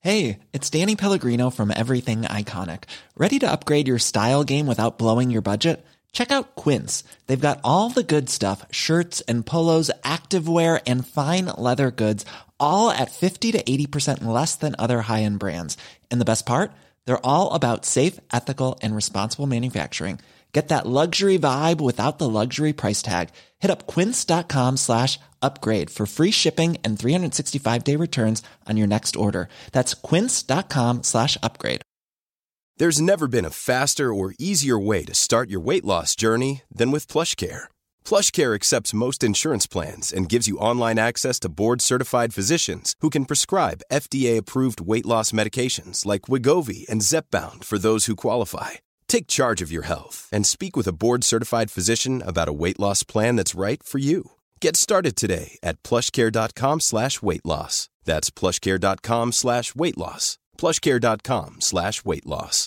Hey, it's Danny Pellegrino from Everything Iconic. Ready to upgrade your style game without blowing your budget? Check out Quince. They've got all the good stuff, shirts and polos, activewear, and fine leather goods, all at 50 to 80% less than other high-end brands. And the best part? They're all about safe, ethical, and responsible manufacturing. Get that luxury vibe without the luxury price tag. Hit up quince.com/upgrade for free shipping and 365-day returns on your next order. That's quince.com/upgrade. There's never been a faster or easier way to start your weight loss journey than with PlushCare. PlushCare accepts most insurance plans and gives you online access to board-certified physicians who can prescribe FDA-approved weight loss medications like Wegovy and Zepbound for those who qualify. Take charge of your health and speak with a board-certified physician about a weight loss plan that's right for you. Get started today at plushcare.com/weightloss. That's plushcare.com/weightloss. plushcare.com/weightloss.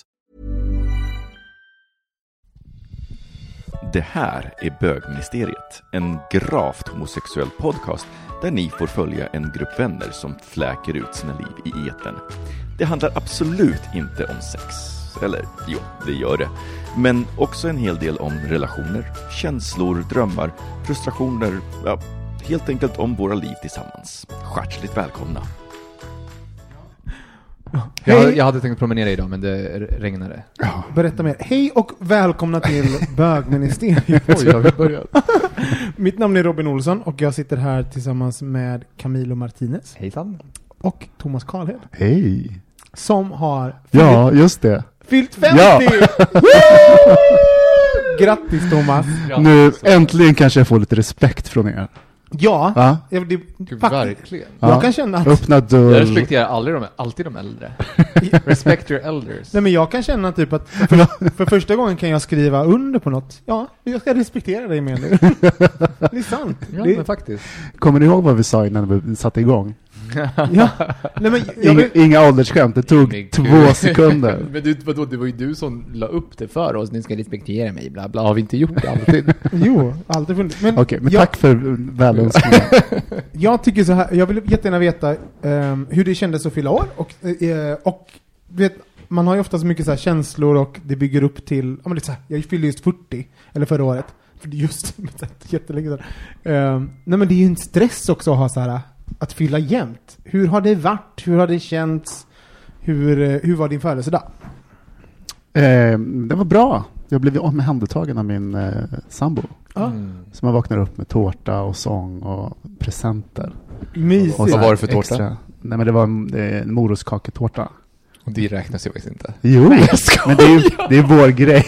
Det här är Bögministeriet, en gravt homosexuell podcast där ni får följa en grupp vänner som fläker ut sina liv i etern. Det handlar absolut inte om sex. Eller, jo, det gör det. Men också en hel del om relationer, känslor, drömmar, frustrationer. Ja, helt enkelt om våra liv tillsammans. Hjärtligt välkomna. Jag hade tänkt promenera idag, men det regnade. Ja, berätta mer. Hej och välkomna till Bögministeriet. Oj, jag vill börja. Mitt namn är Robin Olsson och jag sitter här tillsammans med Camilo Martinez. Hejsan. Och Thomas Karlhed. Hej. Som har just det. Fyllt 50! Ja. Grattis Thomas. Nu äntligen kanske jag får lite respekt från er. Ja, verkligen. Jag kan känna att öppna dörr. Jag respekterar alltid de äldre. Respect your elders. Nej, men jag kan känna typ att för första gången kan jag skriva under på något. Ja, jag ska respektera dig med det. Det är sant. Ja, men faktiskt. Kommer ni ihåg vad vi sa innan vi satte igång? Ja. Nej, men inga åldersskämt, det tog 2 sekunder. Men vadå, det var ju du som la upp det för oss. Ni ska respektera mig, bla bla. Har vi inte gjort det alltid? Jo, alltid funnits. Men okej, men tack för välönskningen. Jag tycker så här, jag vill jättegärna veta hur det kändes att fylla år. Och vet, man har ju ofta så mycket så här känslor och det bygger upp till, ja men det är så här, jag fyllde just 40, eller förra året. För det är just jättelänge sedan. Nej, men det är ju en stress också att ha så här, att fylla jämt. Hur har det varit? Hur har det känts? Hur var din födelsedag? Det var bra. Jag blev omhändertagen av min sambo. Så man vaknar upp med tårta och sång och presenter. Mysigt. Och vad var det för tårta? Nej, men det var en morotskaketårta. Och det räknas ju faktiskt inte. Jo, men det är vår grej.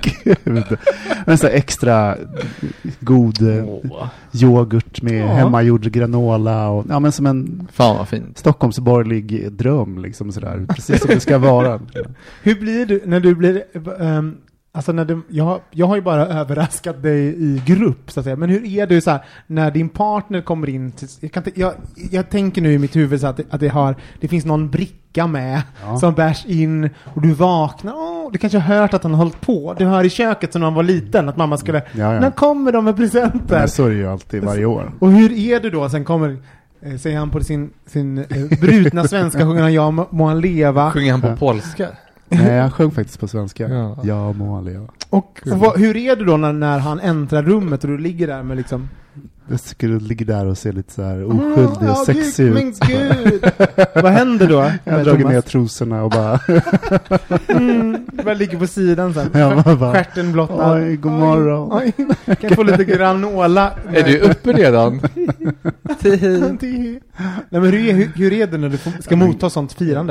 En sån extra god yoghurt med hemmagjord granola och ja, men som en fan vad fint. Stockholmsborgerlig dröm liksom sådär, precis som det ska vara. Hur blir du när du blir alltså när du, jag har ju bara överraskat dig i grupp så att säga, men hur är du så här när din partner kommer in till, jag tänker nu i mitt huvud så att det finns någon bricka med som bärs in och du vaknar, du kanske har hört att han har hållit på, du hör i köket som när han var liten att mamma skulle, när kommer de med presenter? Men så är det ju alltid varje år. Och hur är du då, sen kommer säger han på sin brutna svenska, sjunger han Jag må han leva. Sjunger han på polska? Nej, jag sjöng faktiskt på svenska. Jag må leva. Och hur är du då när han äntrar rummet och du ligger där med liksom... Jag tycker du ligger där och ser lite så här oskyldig och sexig ut. Men gud! Vad händer då? Jag drar ner trosorna och bara... bara ligger på sidan sen. Bara, stjärten blottad. Oj, god morgon. Oj. Kan få lite granola. Är du uppe redan? Nej, men hur är det när du ska motta sånt firande?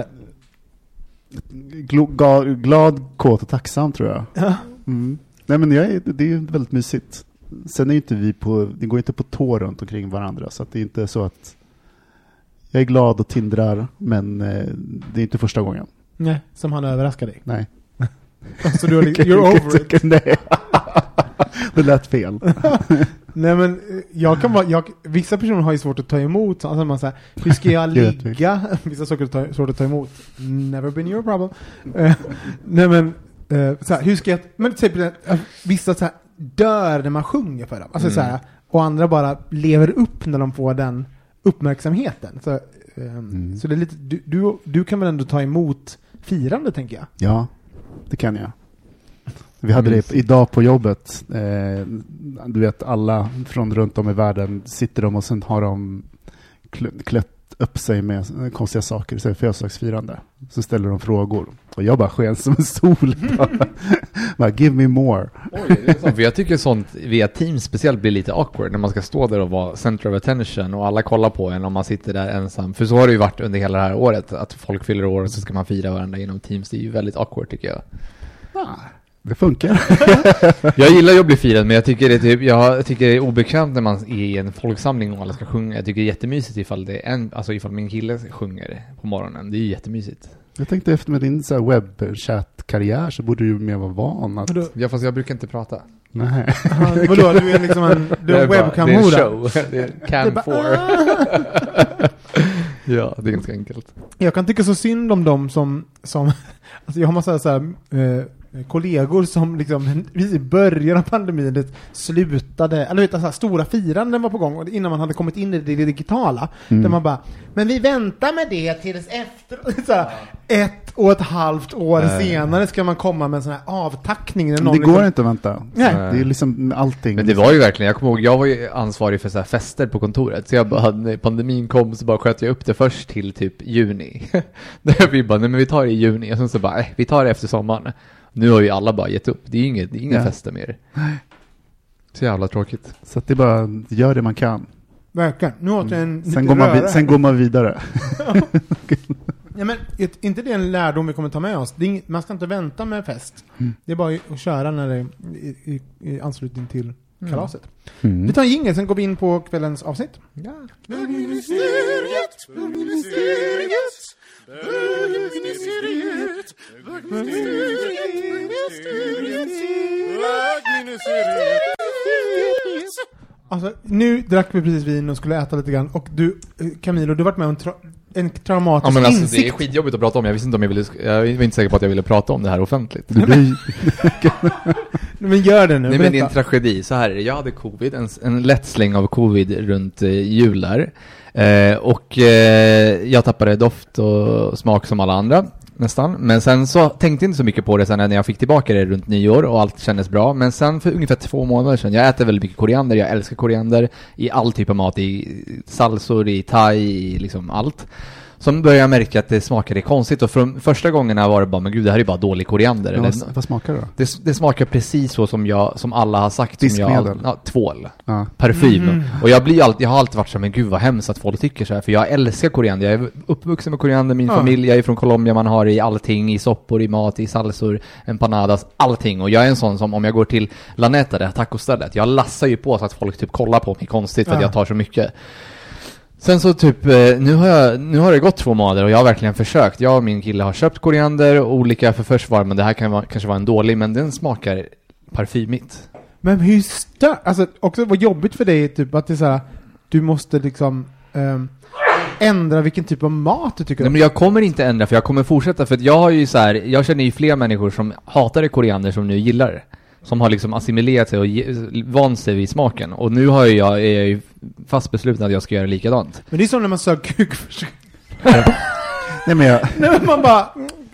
Glad, kåt och tacksam tror jag. Nej, men det är väldigt mysigt. Sen är inte det går inte på tå runt omkring varandra, så att det är inte så att jag är glad och tindrar, men det är inte första gången. Nej, som han överraskar dig. Nej. Så du you're over it. Nej. Det lät fel. Nej, men vissa personer har ju svårt att ta emot, alltså man säger, hur ska jag ligga? Vissa saker är svårt att ta emot. Never been your problem. Nej, men så här, hur ska jag, men typ vissa så här dör när man sjunger för dem. Alltså så här, och andra bara lever upp när de får den uppmärksamheten. Så Så det är lite, du kan väl ändå ta emot firande, tänker jag. Ja, det kan jag. Vi hade det idag på jobbet. Du vet, alla från runt om i världen sitter de och sen har de klätt upp sig med konstiga saker, så födelsedagsfirande. Så ställer de frågor. Och jag bara sken som en sol. Bara, give me more. Oj, det är sant. För jag tycker sånt via Teams speciellt blir lite awkward när man ska stå där och vara center of attention och alla kollar på en om man sitter där ensam. För så har det ju varit under hela det här året, att folk fyller år och så ska man fira varandra inom Teams. Det är ju väldigt awkward, tycker jag. Det funkar. Jag gillar ju att bli firad, men jag tycker det är obekvämt när man är i en folksamling och alla ska sjunga. Jag tycker det är jättemysigt ifall ifall min kille sjunger på morgonen. Det är ju jättemysigt. Jag tänkte efter med din så här webbchat-karriär så borde du ju mer vara van att... Ja, fast jag brukar inte prata. Nej. Vadå? Du är liksom en webcam-hora. Det är en show. Det är Cam 4. Ja, det är ganska enkelt. Jag kan tycka så synd om dem som alltså jag har massa så här kollegor som liksom i början av pandemin det slutade, eller vet du, så här, stora firanden var på gång innan man hade kommit in i det digitala, där man bara, men vi väntar med det tills efter så här, 1,5 år senare ska man komma med en sån här avtackning. Det går inte att vänta. Nej. Det är liksom allting. Men det var ju verkligen, jag kommer ihåg, jag var ju ansvarig för så här fester på kontoret, så jag bara, när pandemin kom så bara sköt jag upp det först till typ juni. Där vi bara, nej men vi tar det i juni, och sen så bara, vi tar det efter sommaren. Nu har ju alla bara gett upp. Det är inga fester mer. Så jävla tråkigt. Så att det är bara, gör det man kan. Verkligen. Nu åt jag en sen går man vidare. Ja, men inte det är en lärdom vi kommer ta med oss. Man ska inte vänta med fest. Det är bara att köra när det i anslutning till kalaset. Vi tar en jingle, sen går vi in på kvällens avsnitt. Ja. Alltså, nu drack vi precis vin och skulle äta lite grann. Och du, Camilo, du har varit med om en traumatisk insikt. Insikt. Det är skitjobbigt att prata om. Jag visste inte om jag var inte säker på att jag ville prata om det här offentligt. Men gör det nu. Nej, men det är en tragedi. Så här är det. Jag hade covid, en lätt släng av covid runt jul där. Och jag tappade doft och smak som alla andra nästan. Men sen så tänkte jag inte så mycket på det sen när jag fick tillbaka det runt nyår och allt kändes bra. Men sen för ungefär 2 månader sedan, jag äter väldigt mycket koriander, jag älskar koriander i all typ av mat, i salsor, i thai, i liksom allt. Så började jag märka att det smakade konstigt, och från första gångerna var det bara, men gud, det här är bara dålig koriander. Ja, vad smakar det då? Det smakar precis så som alla har sagt. Diskmedel? Tvål. Parfym. Och jag har alltid varit så, men gud vad hemskt att folk tycker så här, för jag älskar koriander. Jag är uppvuxen med koriander, min familj, jag är från Colombia, man har i allting, i soppor, i mat, i salsor, empanadas, allting. Och jag är en sån som, om jag går till La Neta, det här tacostället, jag lassar ju på så att folk typ kollar på mig konstigt för att jag tar så mycket. Sen så typ, nu har det gått 2 månader och jag har verkligen försökt. Jag och min kille har köpt koriander och olika för försvar, men det här kanske vara en dålig, men den smakar parfymigt. Men hur alltså också vad jobbigt för dig typ att det är så här, du måste liksom ändra vilken typ av mat du tycker om. Nej, men jag kommer inte ändra, för jag kommer fortsätta, för att jag har ju så här, jag känner ju fler människor som hatar koriander som nu gillar det. Som har liksom assimilerat sig och vant sig vid smaken. Och nu är jag ju fast besluten att jag ska göra likadant. Men det är som när man söker kuk för Nej, men man bara,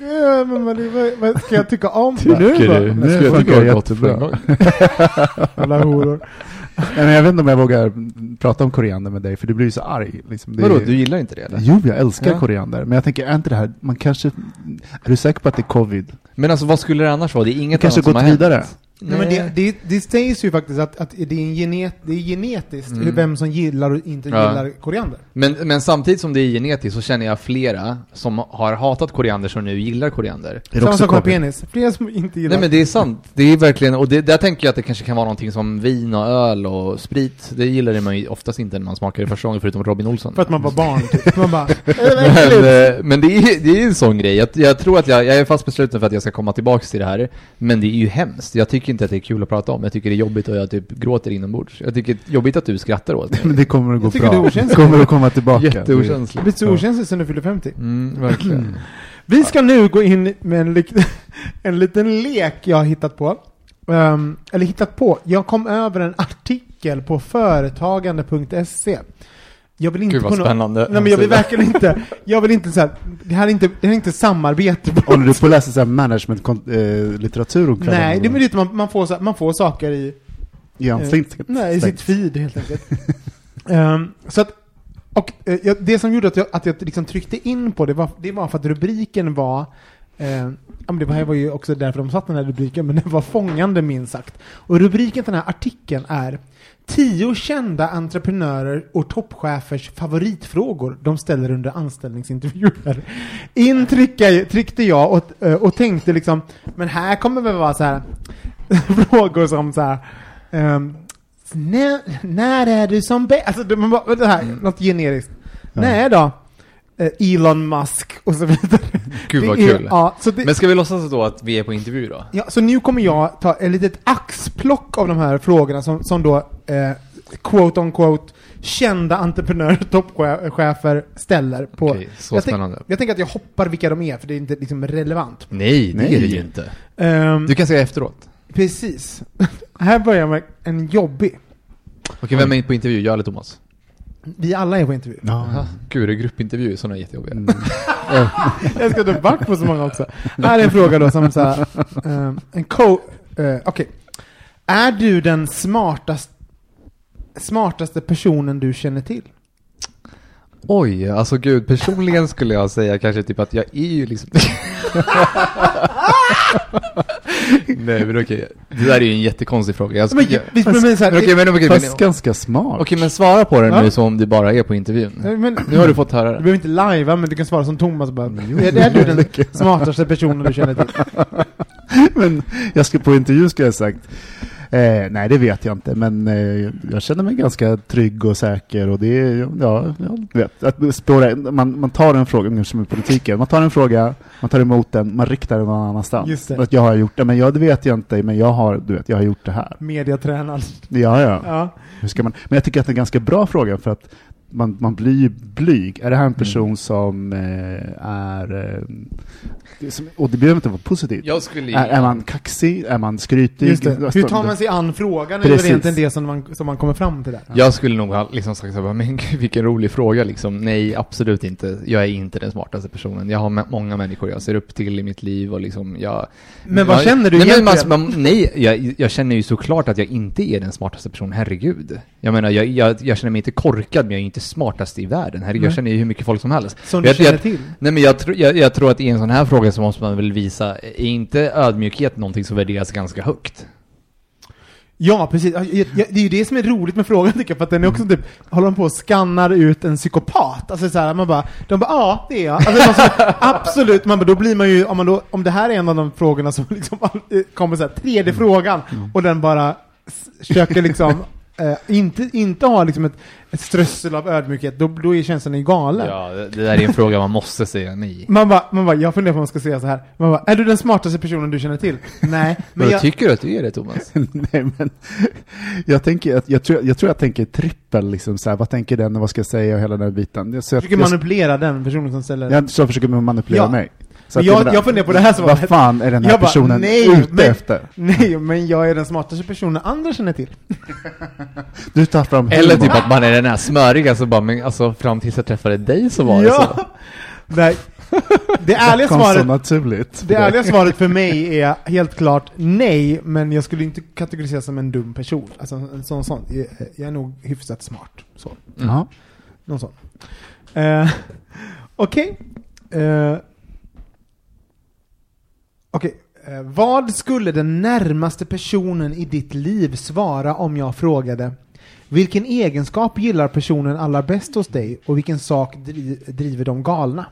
vad ska jag tycka om det nu? Nu funkar det jättebra. Alla horor. Men jag vet inte om jag vågar prata om koriander med dig, för du blir ju så arg. Liksom. Vadå, du gillar inte det eller? Jo, jag älskar koriander. Men jag tänker, är inte det här, man kanske, är du säker på att det är covid? Men alltså, vad skulle det annars vara? Det är inget kanske annat som gått har vidare. hänt. Nej, men det sägs ju faktiskt att det är genetiskt vem som gillar och inte gillar koriander. Men samtidigt som det är genetiskt så känner jag flera som har hatat koriander som nu gillar koriander. Samma sak med penis. Flera som inte gillar. Nej, men det är sant. Det är verkligen, och där tänker jag att det kanske kan vara någonting som vin och öl och sprit. Det gillade man ju oftast inte när man smakade första gången, förutom Robin Olsson. För att man var barn typ. Man bara, men det är en sån grej. Jag tror att jag är fast besluten för att jag ska komma tillbaka till det här. Men det är ju hemskt. Jag tycker inte att det är kul att prata om. Jag tycker det är jobbigt och jag typ gråter inombords. Jag tycker det är jobbigt att du skrattar åt det. Men det kommer att gå bra. Det kommer att komma tillbaka. Jätteokänsligt. Det blir så okänsligt sen du fyller 50. Verkligen. Vi ska nu gå in med en liten lek jag har hittat på. Jag kom över en artikel på företagande.se Jag vill inte Gud vad spännande. Nej, men jag vill verkligen inte. Jag vill inte så här, det här är inte samarbete. Om du får läsa så här management-litteratur om kvällen. Nej, det är inte man får saker i i sitt feed helt enkelt. Så att det som gjorde att jag liksom tryckte in på det var för att rubriken var det var ju också därför de satt den här rubriken, men det var fångande minst sagt. Och rubriken till den här artikeln är 10 kända entreprenörer och toppchefers favoritfrågor de ställer under anställningsintervjuer. Tryckte jag och tänkte liksom, men här kommer väl vara så här frågor som så här när är du som alltså det här något generiskt. Nej då. Elon Musk och så vidare. Gud vad kul. Så men ska vi låtsas då att vi är på intervju då? Ja, så nu kommer jag ta ett litet axplock av de här frågorna som då quote on quote kända entreprenörer och toppchefer ställer på. Okej, så spännande. Jag tänker att jag hoppar vilka de är, för det är inte liksom relevant. Nej, det är det ju inte. Du kan säga efteråt. Precis. Här börjar med en jobbig. Okej, vem är på intervju? Jag eller Thomas? Vi alla är på intervju. Ja. Gud, det är gruppintervju, sådana är jättejobbiga. Jag ska ta bort på så många också. Här är en fråga då som så här, okej. Är du den smartaste personen du känner till? Oj, alltså gud, personligen skulle jag säga kanske typ att jag är ju liksom... Nej, men okej. Det där är ju en jättekonstig fråga. Fast ganska smart. Okej, men svara på den nu som om du bara är på intervjun. Men, nu har du fått höra det. Du behöver inte live, men du kan svara som Thomas bara. Är du den smartaste personen du känner till? Men jag ska på intervju ska jag sagt. Nej, det vet jag inte, men jag känner mig ganska trygg och säker, och det är, vet, att spåra, man tar en fråga som i politiken, man tar en fråga, man tar emot den, man riktar den någon annanstans. Just det. Att jag har gjort det, men det vet jag inte, men jag har gjort det här. Mediatränad. Ja. Hur ska man? Men jag tycker att det är en ganska bra fråga, för att man blir ju blyg. Är det här en person som och det behöver inte vara positivt. Är man kaxig? Är man skrytig? Just det. Hur tar man sig an frågan? Det är egentligen det som man kommer fram till där. Jag skulle nog ha liksom sagt så här, men vilken rolig fråga liksom. Nej, absolut inte. Jag är inte den smartaste personen. Jag har många människor jag ser upp till i mitt liv, och liksom Men vad känner du egentligen? Jag känner ju såklart att jag inte är den smartaste personen. Herregud. Jag menar, jag känner mig inte korkad, men jag är inte smartast i världen. Herregud, jag känner ju hur mycket folk som helst. Som du känner till? Nej, men jag tror att i en sån här fråga så måste man väl visa, är inte ödmjukhet någonting som värderas ganska högt? Ja, precis. Det är ju det som är roligt med frågan, tycker jag, för att den är också typ, håller de på och skannar ut en psykopat. Alltså så här, de bara, ja, det är jag. Alltså, absolut, då blir man ju, om det här är en av de frågorna som liksom kommer så här, tredje frågan, och den bara försöker liksom inte ha liksom ett strössel av ödmjukhet, då är känslan galen. Ja, det där är en fråga man måste säga nej. Man bara, jag funderar på om man ska säga så här. Man bara, är du den smartaste personen du känner till? Nej. Men tycker du att du är det, Thomas? Nej, men jag tror jag tänker trippel liksom, så här, vad tänker den och vad ska jag säga och hela den här biten. Jag försöker manipulera den personen som ställer. Så försöker man manipulera mig. Jag funderar på det här som vad fan är den här personen ute efter? Nej, men jag är den smartaste personen andra känner till. Du tar fram humor. Eller typ att man är den här smöriga, så bara, men alltså fram tills jag träffade dig så var det så. Nej. Det ärliga svaret för mig är helt klart nej, men jag skulle inte kategoriseras som en dum person. Alltså en sån. Jag är nog hyfsat smart. Så. Jaha. Någon sån. Okej. Okej, vad skulle den närmaste personen i ditt liv svara om jag frågade: vilken egenskap gillar personen allra bäst hos dig, och vilken sak driver de galna?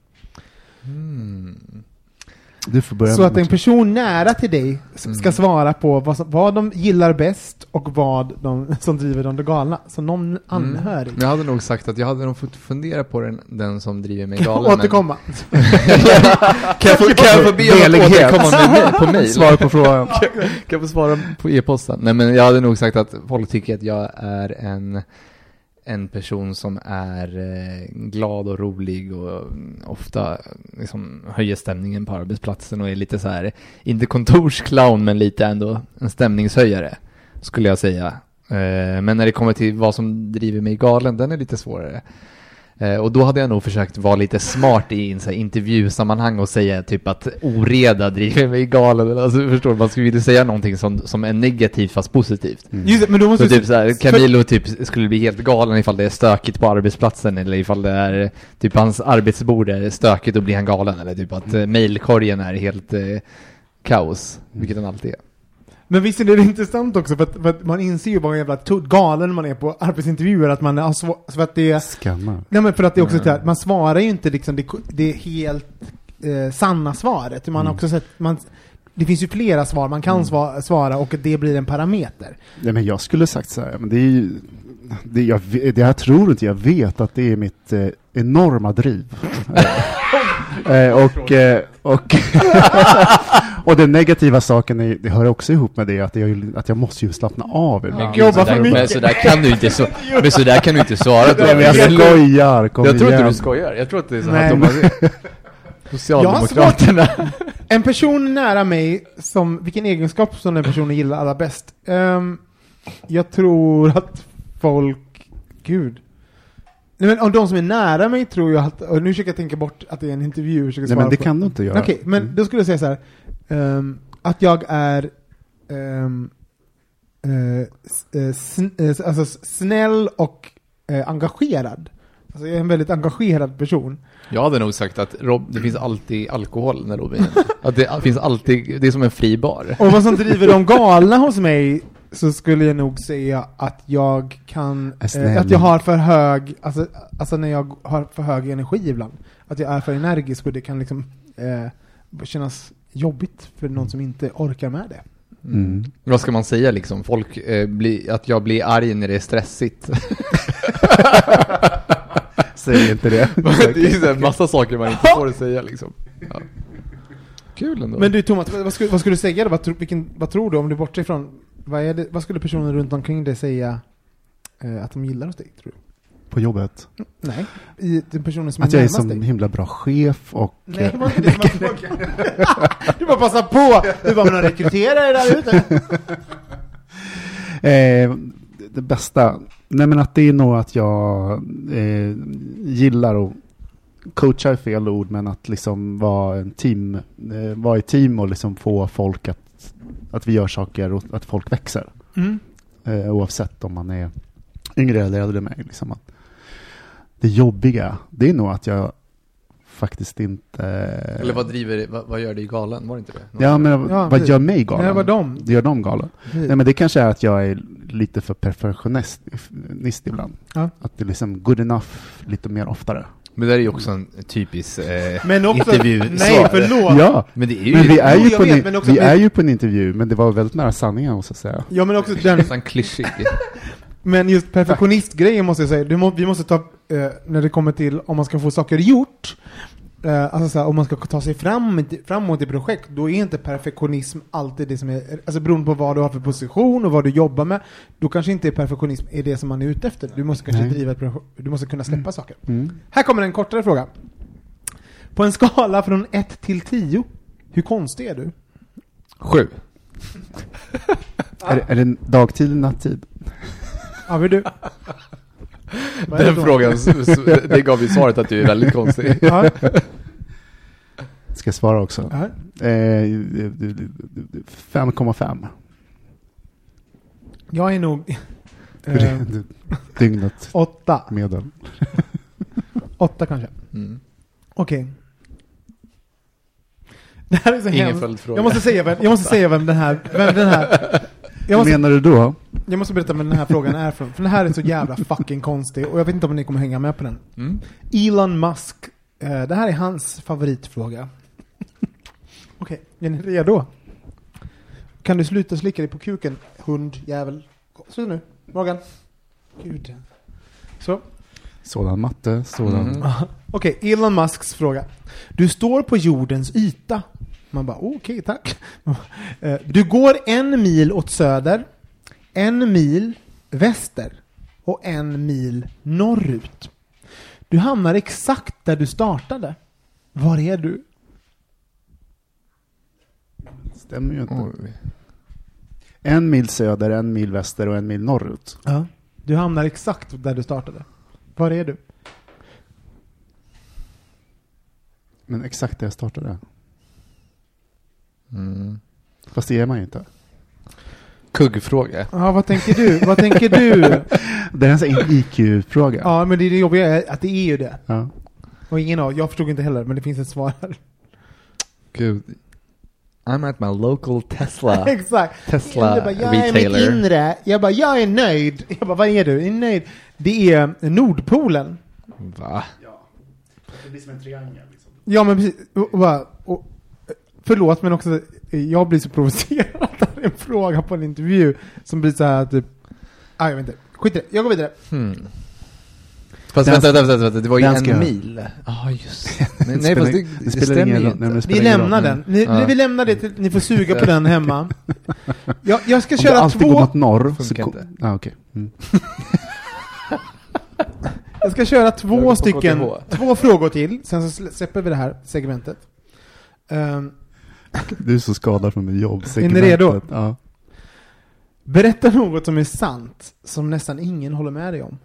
Du får börja. Så att en person nära till dig ska svara på vad de gillar bäst och vad som driver dem till galna. Så någon anhörig. Jag hade nog sagt att jag hade nog fått fundera på den som driver mig galen. Återkomma. Kan jag få be om att återkomma på mejl? Svara på frågan. Kan jag få svara på e-posten? Nej, men jag hade nog sagt att folk tycker att jag är en person som är glad och rolig och ofta liksom höjer stämningen på arbetsplatsen och är lite så här, inte kontorsclown, men lite ändå en stämningshöjare, skulle jag säga Men när det kommer till vad som driver mig galen, den är lite svårare. Och då hade jag nog försökt vara lite smart i en så här intervjusammanhang och säga typ att oreda driver mig galen. Alltså, förstår du, man skulle vilja säga någonting som är negativt fast positivt. Just det, men då måste så typ så här, Camilo typ skulle bli helt galen ifall det är stökigt på arbetsplatsen, eller ifall det är typ hans arbetsbord är stökigt och blir han galen, eller typ att mailkorgen är helt kaos, vilket den alltid är. Men visst är det intressant också, för att man inser ju vad jävla galen man är på arbetsintervjuer, att man är för att det är Skamma. Nej, men för att det är också så att man svarar ju inte liksom det helt sanna svaret. Man har också sett det finns ju flera svar man kan svara, och det blir en parameter. Ja, men jag skulle sagt så här, men det är ju jag tror inte jag vet att det är mitt enorma driv. Och den negativa saken det hör också ihop med det att jag måste ju slappna av. Men så där kan du inte svara. Jag skojar. Jag tror inte du skojar. Jag tror att det är så här att de Socialdemokraterna. En person nära mig, vilken egenskap som den personen gillar allra bäst? Jag tror att folk... Gud. Nej, men om de som är nära mig tror jag att... Och nu försöker jag tänka bort att det är en intervju. Nej, men det kan du inte göra. Okej, men då skulle jag säga så här. Att jag är... alltså snäll och engagerad. Alltså jag är en väldigt engagerad person. Jag hade nog sagt att det finns alltid alkohol när Robin. Att det finns alltid, det är som en fri bar. Och vad som driver de galna hos mig, så skulle jag nog säga att jag kan att jag har för hög, alltså när jag har för hög energi ibland, att jag är för energisk, och det kan liksom kännas jobbigt för någon som inte orkar med det. Mm. Vad ska man säga liksom? Folk att jag blir arg när det är stressigt. Säg inte det. Det är en massa saker man inte får säga liksom. Ja. Kul ändå. Men du Thomas, vad skulle du säga då? Vad tror du om du bortser ifrån vad skulle personer runt omkring dig säga att de gillar hos dig, tror du? På jobbet? Nej, i den personen som att är jag är närmast som dig. En himla bra chef och... Nej, det var inte det som var frågan. Du bara passar på. Du bara, men rekryterar där ute. Det bästa... Nej, men att det är nog att jag gillar att coacha är fel ord, men att liksom vara i team och liksom få folk att vi gör saker och att folk växer. Oavsett om man är yngre eller äldre än mig. Liksom att det jobbiga, det är nog att jag faktiskt inte... Eller vad gör dig galen? Var det inte det? Ja, men vad gör mig galen? Det gör dem galen. Nej, men det kanske är att jag är lite för perfektionist ibland. Ja. Att det är liksom good enough lite mer oftare. Men det är ju också en typisk men också, intervju. Nej, förlåt. Ja, men det är ju... Men vi är ju på en intervju, men det var väldigt nära sanningen, måste jag säga. Ja, men också den... nästan klyschig. Men just perfektionistgrejen måste jag säga. Vi måste ta, när det kommer till om man ska få saker gjort, alltså så här, om man ska ta sig framåt i projekt, då är inte perfektionism alltid det som är, alltså beroende på vad du har för position och vad du jobbar med, då kanske inte perfektionism är det som man är ute efter. Du måste kanske du måste kunna släppa saker. Här kommer en kortare fråga. På en skala från 1 till 10, hur konstig är du? 7. Är det dagtid eller nattid? Ja, men du. Den frågan, det gav ju svaret att du är väldigt konstig. Ja. Ska jag svara också? 5,5. Jag är nog... Dygnet. 8. Medel. 8 kanske. Okej. Det här är så ingen hemskt. följdfråga. Jag måste säga vem den här... Menar du då? Jag måste berätta vem den här frågan är från. För den här är så jävla fucking konstig. Och jag vet inte om ni kommer hänga med på den. Elon Musk. Det här är hans favoritfråga. Okej, är ni redo? Kan du sluta slicka dig på kuken, hundjävel? Så nu, Morgan. Gud. Så. Sådan matte, sådan... Okej, Elon Musks fråga. Du står på jordens yta. Man bara, okej, tack. Du går 1 mil åt söder, 1 mil väster och 1 mil norrut. Du hamnar exakt där du startade. Var är du? Stämmer ju inte. 1 mil söder, 1 mil väster och 1 mil norrut. Ja. Du hamnar exakt där du startade. Var är du? Men exakt där jag startade. Fast det är man ju inte. Kuggfråga. Ja, vad tänker du? Vad tänker du? Det är en sån IQ-fråga. Ja, men det är det jobbiga att det är ju det. Ja. Och jag förstod inte heller, men det finns ett svar här. Gud. I'm at my local Tesla. Exakt. Tesla jag är retailer. mitt inre. Jag är nöjd. Jag bara, vad är du? Jag är nöjd. Det är Nordpolen. Va? Det blir som en triangel. Liksom. Ja, men precis. Och, förlåt, men också jag blir så provocerad av en fråga på en intervju som blir så här typ, jag vet inte. Skit i det. Jag går vidare. Fast vänta, det var ju en mil. Ja, just det. Nej, fast det stämmer ju inte. Vi lämnar den. Vi lämnar det till, ni får suga på den hemma. Jag ska köra alltid går mot norr. Okej. Jag ska köra två frågor till. Sen så släpper vi det här segmentet. Du är så skadad från ditt jobb. Är ni redo? Ja. Berätta något som är sant som nästan ingen håller med dig om.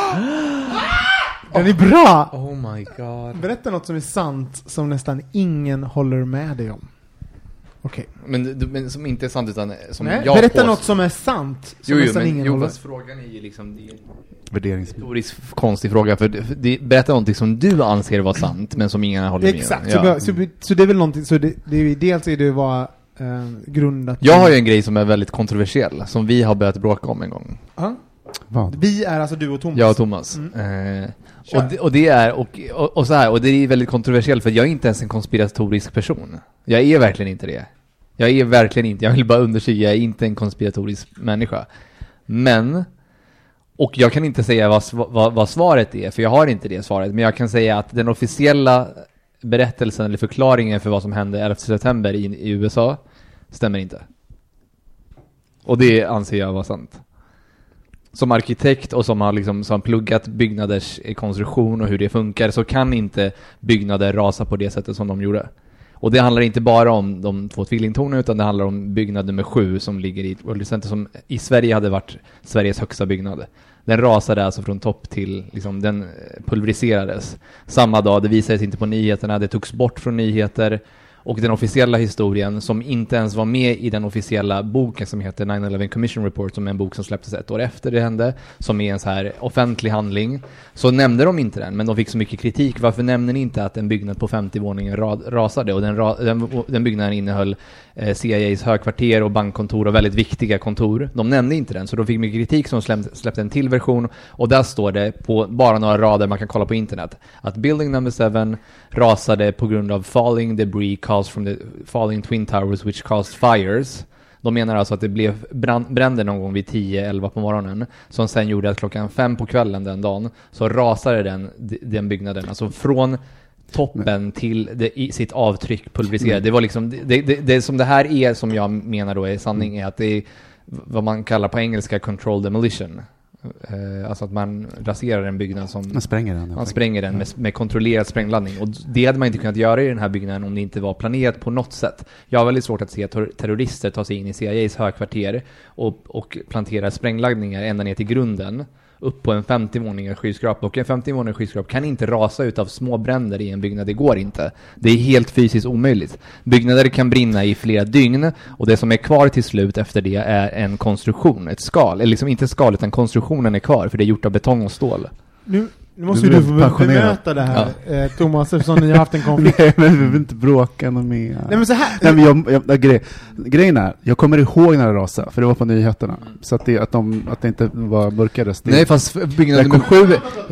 Den är bra! Oh my god. Berätta något som är sant som nästan ingen håller med dig om. Okej. Men som inte är sant utan som Nej, jag berätta något som är sant som nästan ingen håller med. Fast frågan är ju liksom det är värderingsbild. konstig fråga för berätta någonting som du anser vara sant men som ingen håller med om. Exakt. Så det är väl någonting så det är dels är det var grundat. Jag har ju en grej som är väldigt kontroversiell som vi har börjat bråka om en gång. Vad? Vi är alltså du och Thomas. Jag och Thomas. Och det är och så här, och det är väldigt kontroversiellt för jag är inte ens en konspiratorisk person. Jag är verkligen inte det. Jag är verkligen inte. Jag vill bara understryka, jag är inte en konspiratorisk människa. Men och jag kan inte säga vad svaret är för jag har inte det svaret, men jag kan säga att den officiella berättelsen eller förklaringen för vad som hände 11 september i USA stämmer inte. Och det anser jag vara sant. Som arkitekt och som har pluggat byggnaders konstruktion och hur det funkar så kan inte byggnader rasa på det sättet som de gjorde. Och det handlar inte bara om de 2 tvillingtornen utan det handlar om byggnad nummer 7 som ligger i ett World Trade Center som i Sverige hade varit Sveriges högsta byggnad. Den rasade alltså från topp till, den pulveriserades. Samma dag, det visades inte på nyheterna, det togs bort från nyheter. Och den officiella historien som inte ens var med i den officiella boken som heter 9/11 Commission Report som är en bok som släpptes ett år efter det hände som är en så här offentlig handling så nämnde de inte den men de fick så mycket kritik. Varför nämner ni inte att en byggnad på 50 våningen rasade och den byggnaden innehöll CIAs högkvarter och bankkontor och väldigt viktiga kontor. De nämnde inte den så de fick mycket kritik som släppte en till version och där står det på bara några rader man kan kolla på internet att building number 7 rasade på grund av falling debris caused from the falling twin towers which caused fires. De menar alltså att det blev bränder någon gång vid 10-11 på morgonen som sen gjorde att klockan 5 på kvällen den dagen så rasade den byggnaden alltså från toppen till sitt avtryck pulveriserade. Det var liksom det som det här är som jag menar då är sanning är att det är vad man kallar på engelska controlled demolition. Alltså att man raserar en byggnad som man spränger den med kontrollerad sprängladdning och det hade man inte kunnat göra i den här byggnaden om det inte var planerat på något sätt. Jag har väldigt svårt att se terrorister ta sig in i CIAs högkvarter och plantera sprängladdningar ända ner till grunden upp på en 50-våningars skyskrapa och en 50-våningars skyskrapa kan inte rasa ut av små bränder i en byggnad, det går inte. Det är helt fysiskt omöjligt. Byggnader kan brinna i flera dygn och det som är kvar till slut efter det är en konstruktion, ett skal, eller inte skal utan konstruktionen är kvar för det är gjort av betong och stål. Nu måste du få bemöta det här, Thomas, eftersom ni har haft en konflikt. Nej, men vi vill inte bråka något mer. Nej, men så här. Nej, men grejen är, jag kommer ihåg när det rasade, för det var på nyheterna. Så att det inte var mörkades. Nej, fast byggnad nummer 7...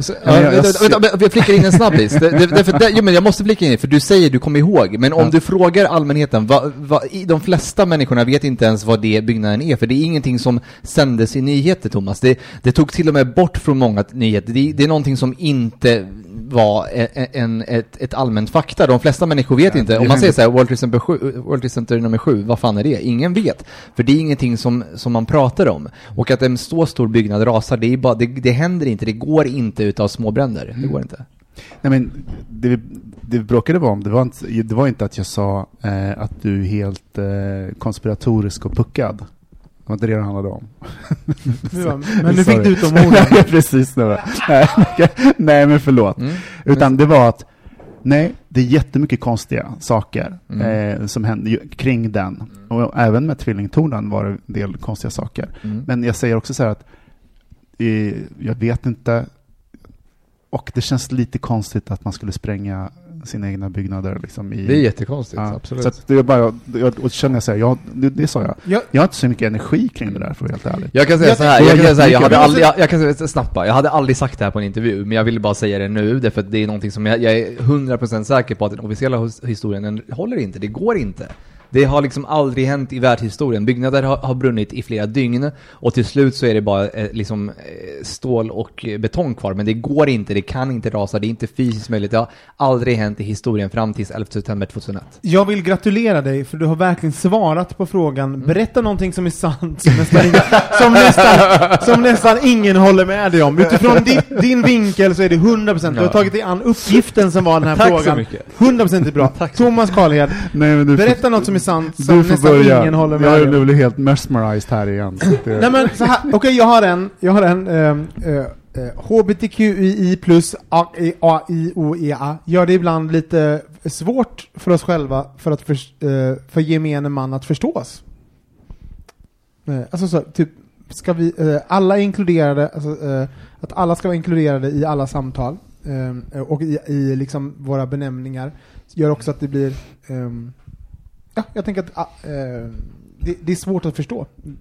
Jag flickar in en snabbis. Men jag måste flicka in, för du säger du kommer ihåg. Men om du frågar allmänheten, de flesta människorna vet inte ens vad det byggnaden är. För det är ingenting som sändes i nyheter, Thomas. Det tog till och med bort från många nyheter. Det är någonting som inte var ett allmänt fakta. De flesta människor vet inte. Om man säger så här, World Trade Center nummer 7, vad fan är det? Ingen vet. För det är ingenting som man pratar om. Och att en så stor byggnad rasar, det händer inte. Det går inte utav små bränder. Det går inte. Nej, men det vi bråkade om, det var inte att jag sa att du är helt konspiratorisk och puckad. var inte det handlade om. Men nu fick du ut de orden. Precis. Nej, men förlåt. Utan det var att det är jättemycket konstiga saker som hände kring den. Och även med tvillingtornen var det en del konstiga saker. Men jag säger också så här att jag vet inte, och det känns lite konstigt att man skulle spränga sina egna byggnader liksom det är jättekonstigt, absolut. Så att det är bara, och känner så här, det sa jag. Jag har inte så mycket energi kring det där, för att vara helt ärligt. Jag kan säga så här, jag hade aldrig sagt det här på en intervju, men jag ville bara säga det nu, därför att det är någonting som jag är 100% säker på att den officiella historien, den håller inte, det går inte. Det har liksom aldrig hänt i världshistorien. Byggnader har brunnit i flera dygn och till slut så är det bara stål och betong kvar. Men det går inte, det kan inte rasa, det är inte fysiskt möjligt. Det har aldrig hänt i historien fram till 11 september 2001. Jag vill gratulera dig, för du har verkligen svarat på frågan. Berätta någonting som är sant som nästan ingen håller med dig om. Utifrån din vinkel så är det 100%. Du har tagit dig an uppgiften som var den här frågan. Tack så mycket. 100% är bra. Thomas Karlhed, berätta något som är sant som nästan ingen håller med om. Jag blir helt mesmerized här igen. Nej, men så här, okej, jag har en HBTQI plus AIOEA gör det ibland lite svårt för oss själva för gemene man att förstå oss. Alltså så, typ, ska vi alla inkluderade, att alla ska vara inkluderade i alla samtal och i liksom våra benämningar gör också att det blir jag tänker att det är svårt att förstå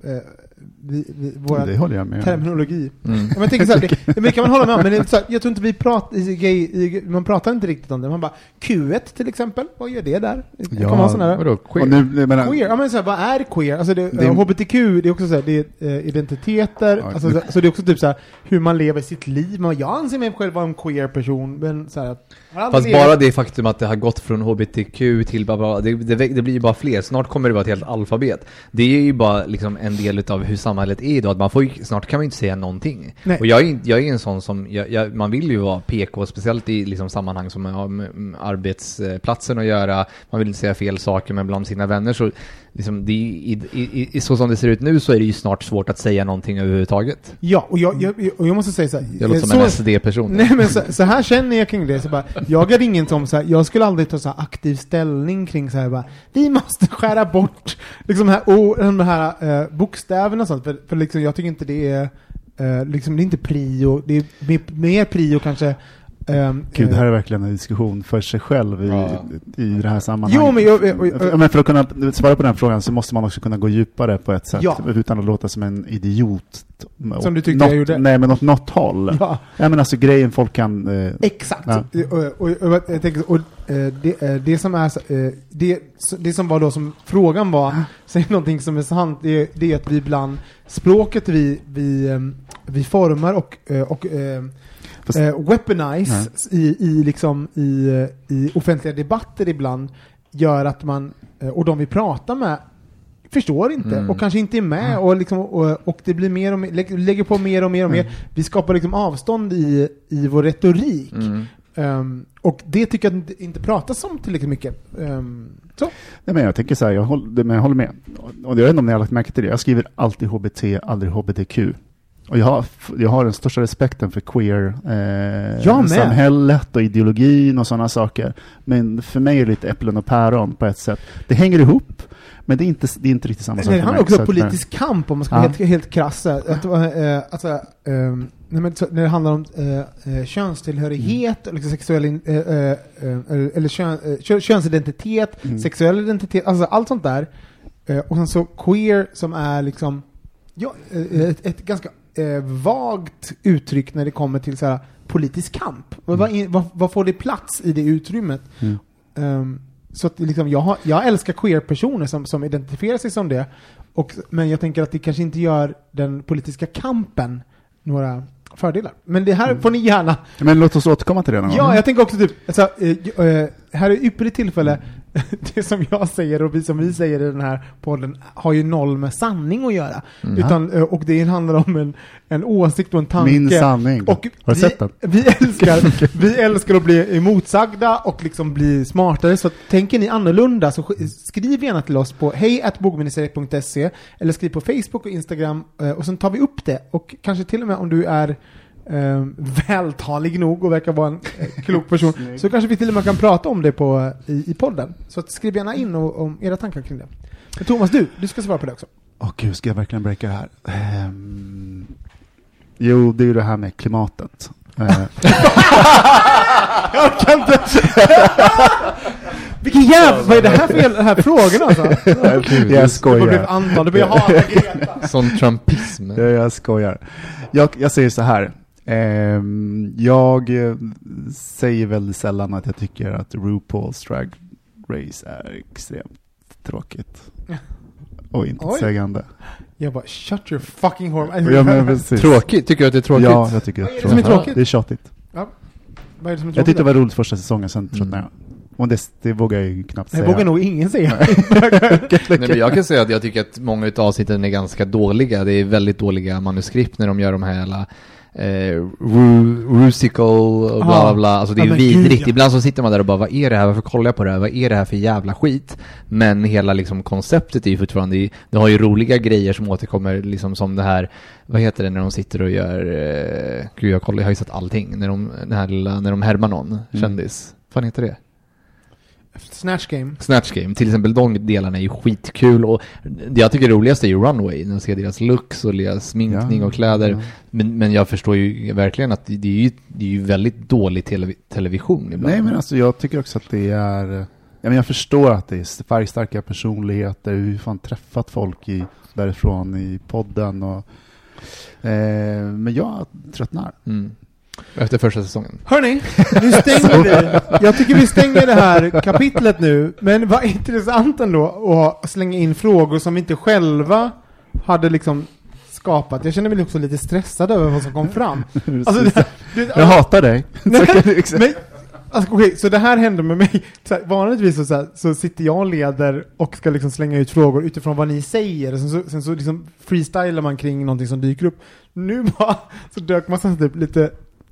våra det håller jag med. Terminologi. Men jag tänker så här, det kan man hålla med om, men det är så här, jag tror inte vi pratar man pratar inte riktigt om det. Man bara Q1 till exempel, vad gör det där? Det kan vara sån här. Vadå, queer? Queer. Ja, men så här, vad är queer? Alltså HBTQ, det är också så här, det är identiteter, alltså, så det är också typ så här hur man lever sitt liv. Jag anser mig själv vara en queer person, men så här, fast bara det faktum att det har gått från HBTQ till det blir ju bara fler. Snart kommer det vara ett helt alfabet. Det är ju bara liksom en del av hur samhället är idag. Att snart kan man inte säga någonting. Nej. Och jag är en sån som man vill ju vara PK, speciellt i liksom sammanhang som har med arbetsplatsen att göra. Man vill inte säga fel saker, men bland sina vänner så liksom, så som det ser ut nu så är det ju snart svårt att säga någonting överhuvudtaget. Ja, och jag måste säga så här. Jag låter som en SD-person. Nej, men så här känner jag kring det. Så bara, jag är ingen som så här, jag skulle aldrig ta så här aktiv ställning kring så här bara, vi måste skära bort liksom de här bokstäverna och sånt, för liksom, jag tycker inte det är liksom, det är inte prio, det är mer prio kanske. Gud, det här är verkligen en diskussion för sig själv i det här sammanhanget. Jo, men för att kunna svara på den frågan så måste man också kunna gå djupare på ett sätt utan att låta som en idiot. Som du tyckte jag gjorde? Nej, men något håll. Ja. Ja, men alltså grejen folk kan... Exakt. Ja. Och jag tänker, det som är det som var då som frågan var, säg någonting som är sant, det är att vi ibland språket vi formar och weaponize i offentliga debatter ibland gör att man och de vi pratar med förstår inte och kanske inte är med och liksom och det blir mer och mer, lägger på mer och mer och mer. Vi skapar liksom avstånd i vår retorik. Och det tycker jag inte pratas om tillräckligt mycket. Så. Nej, men jag tänker så här, jag håller med. Och jag vet inte om ni har lagt märke till det. Jag skriver alltid HBT, aldrig HBTQ. Och jag har den största respekten för queer samhället och ideologin och sådana saker. Men för mig är det lite äpplen och päron på ett sätt. Det hänger ihop, men det är inte riktigt samma sak. Det handlar också om politisk kamp, om man ska vara helt krassa. När det handlar om könstillhörighet, liksom sexuell eller könsidentitet, sexuell identitet, alltså allt sånt där. Och sen så queer som är liksom ett ganska vagt uttryck när det kommer till så här politisk kamp. Vad får det plats i det utrymmet? Så att liksom, jag älskar queer-personer som identifierar sig som det. Men jag tänker att det kanske inte gör den politiska kampen några fördelar. Men det här får ni gärna... Men låt oss återkomma till det någon gång. Ja, jag tänker också typ... Alltså, här är ett ypperligt tillfälle det som jag säger och som vi säger i den här podden har ju noll med sanning att göra. Och det handlar om en åsikt och en tanke. Min sanning. Och har du sett den? Vi älskar att bli emotsagda och liksom bli smartare. Så tänker ni annorlunda så skriv gärna till oss på hej@bogministeriet.se eller skriv på Facebook och Instagram och sen tar vi upp det. Och kanske till och med om du är vältalig nog och verkar vara en klok person så kanske vi till och med kan prata om det i podden. Så att skriv gärna in om era tankar kring det. Men Thomas, du ska svara på det också. Gud, ska jag verkligen breaka det här? Jo, det är ju det här med klimatet. Jag kan inte. Vilken jävla, vad är det här för här frågorna alltså? Jag skojar. Anton, du ha Greta. Sån trumpism. Jag skojar. Jag säger så här. Jag säger väl sällan att jag tycker att RuPaul's Drag Race är extremt tråkigt. Och intetsägande. Jag bara, shut your fucking horn. Ja, men precis. Tråkigt? Tycker du att det är tråkigt? Ja, jag tycker det är tråkigt. Det är tjoctigt. Ja. Vad är det som är tråkigt? Jag tyckte det var roligt första säsongen, sen tröttnade jag. Och det vågar jag ju knappt säga. Det vågar nog ingen säga. Nej, men jag kan säga att jag tycker att många av avsnitten är ganska dåliga. Det är väldigt dåliga manuskript när de gör de här alla Rusical och bla bla bla. Alltså det är vidrigt. Gud. Ibland så sitter man där och bara, vad är det här? Varför kollar jag på det här? Vad är det här för jävla skit? Men hela liksom konceptet är ju fortfarande, det har ju roliga grejer som återkommer liksom som det här, vad heter det när de sitter och gör gud jag har ju sett allting när de härmar någon kändis. Vad heter det? Snatch Game. Till exempel de delarna är ju skitkul och det jag tycker är roligast är ju Runway, när jag ser deras looks och deras sminkning och kläder. Ja. Men jag förstår ju verkligen att det är ju väldigt dålig television ibland. Nej, men alltså jag tycker också att det är, jag förstår att det är färgstarka personligheter, hur fan träffat folk därifrån i podden och men jag tröttnar. Efter första säsongen. Hörrni, nu stänger vi. Jag tycker vi stänger det här kapitlet nu. Men vad intressant ändå att slänga in frågor som vi inte själva hade liksom skapat. Jag känner mig också lite stressad över vad som kom fram. Alltså, jag hatar dig. Men, alltså, okay, så det här händer med mig. Så här, vanligtvis så sitter jag och leder och ska liksom slänga ut frågor utifrån vad ni säger. Och sen så liksom freestylar man kring någonting som dyker upp. Nu bara så dök man så typ lite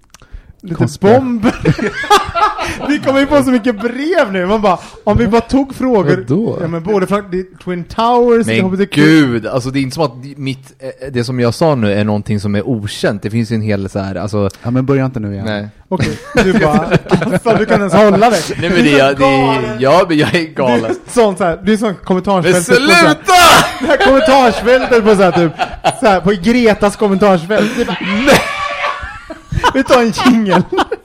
bomber. Vi kommer ju få så mycket brev nu. Man bara, om vi bara tog frågor. Ja, men både från Twin Towers. Men gud, alltså det är inte som att det som jag sa nu är någonting som är okänt. Det finns ju en hel så här, alltså. Ja, men börja inte nu igen. Nej. Okej, du bara, du kan ens hålla dig. Nej, men jag är galen. Det är sån kommentarsfält. Men sluta! Det här kommentarsfältet på så här typ så här, på Gretas kommentarsfält. Det bara, nej. Vi tar en jingle.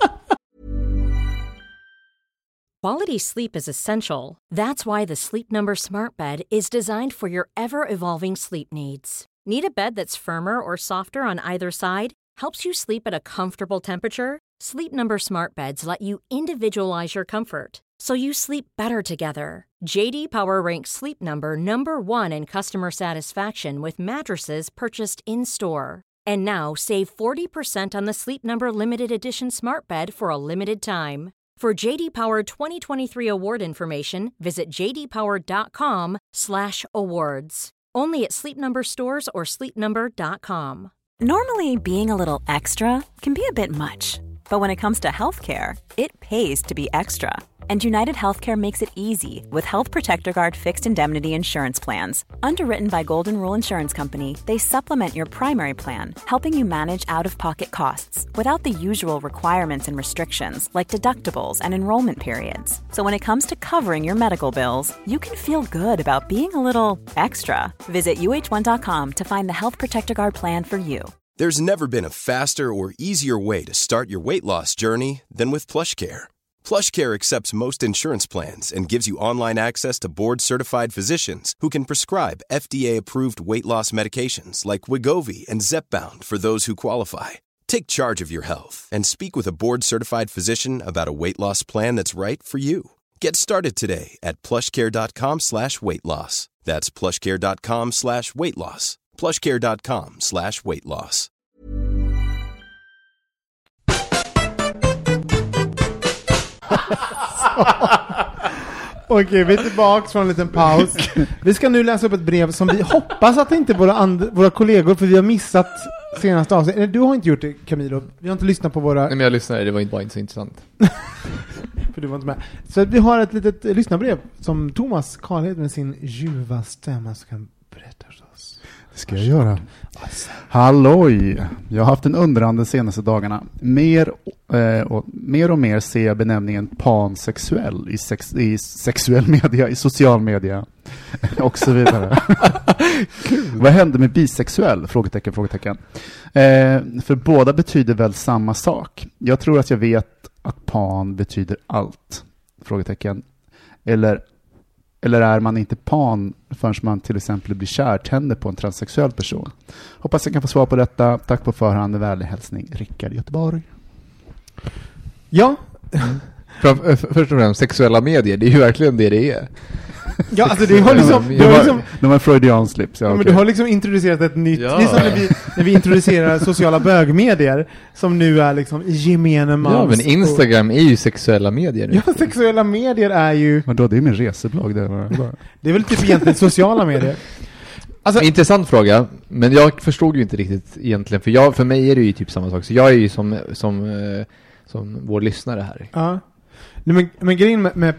Quality sleep is essential. That's why the Sleep Number Smart Bed is designed for your ever-evolving sleep needs. Need a bed that's firmer or softer on either side? Helps you sleep at a comfortable temperature? Sleep Number Smart Beds let you individualize your comfort, so you sleep better together. JD Power ranks Sleep Number #1 in customer satisfaction with mattresses purchased in-store. And now, save 40% on the Sleep Number Limited Edition Smart Bed for a limited time. For JD Power 2023 award information, visit jdpower.com/awards. Only at Sleep Number stores or sleepnumber.com. Normally, being a little extra can be a bit much, but when it comes to healthcare, it pays to be extra. And United Healthcare makes it easy with Health Protector Guard fixed indemnity insurance plans. Underwritten by Golden Rule Insurance Company, they supplement your primary plan, helping you manage out-of-pocket costs without the usual requirements and restrictions like deductibles and enrollment periods. So when it comes to covering your medical bills, you can feel good about being a little extra. Visit uh1.com to find the Health Protector Guard plan for you. There's never been a faster or easier way to start your weight loss journey than with PlushCare. PlushCare accepts most insurance plans and gives you online access to board-certified physicians who can prescribe FDA-approved weight loss medications like Wegovy and Zepbound for those who qualify. Take charge of your health and speak with a board-certified physician about a weight loss plan that's right for you. Get started today at plushcare.com/weightloss. That's plushcare.com/weightloss. plushcare.com/weightloss. Okej, vi är tillbaka från en liten paus. Vi ska nu läsa upp ett brev som vi hoppas att inte våra kollegor, för vi har missat senaste avsnitt. Du har inte gjort det, Camilo. Vi har inte lyssnat på våra... Nej, men jag lyssnade, det var inte så intressant. För du var inte med. Så vi har ett litet lyssnarbrev som Thomas Karlhed med sin ljuva stämma ska berätta för oss. Det ska jag göra. Halloj! Jag har haft en undrande de senaste dagarna. Mer och mer ser jag benämningen pansexuell i sexuell media, i social media och så vidare. Vad hände med bisexuell? Frågetecken. För båda betyder väl samma sak. Jag tror att jag vet att pan betyder allt. Frågetecken. Eller är man inte pan förrän man till exempel blir kärtänder på en transsexuell person? Hoppas jag kan få svar på detta. Tack på förhand. En vänlig hälsning, Rickard Göteborg. Ja. Först och främst, sexuella medier, det är ju verkligen det är. Ja, alltså det har liksom... De har Freudian slips, ja, men okay. du har liksom introducerat ett nytt... Ja. Det är som när vi introducerar sociala bögmedier som nu är liksom gemene man. Ja, men Instagram är ju sexuella medier. Ja, sexuella medier är ju... Men då, det är min reseblogg. Det är väl typ egentligen sociala medier. Alltså, intressant fråga, men jag förstod ju inte riktigt egentligen, för mig är det ju typ samma sak. Så jag är ju som vår lyssnare här. Ja. Nej, men grejen med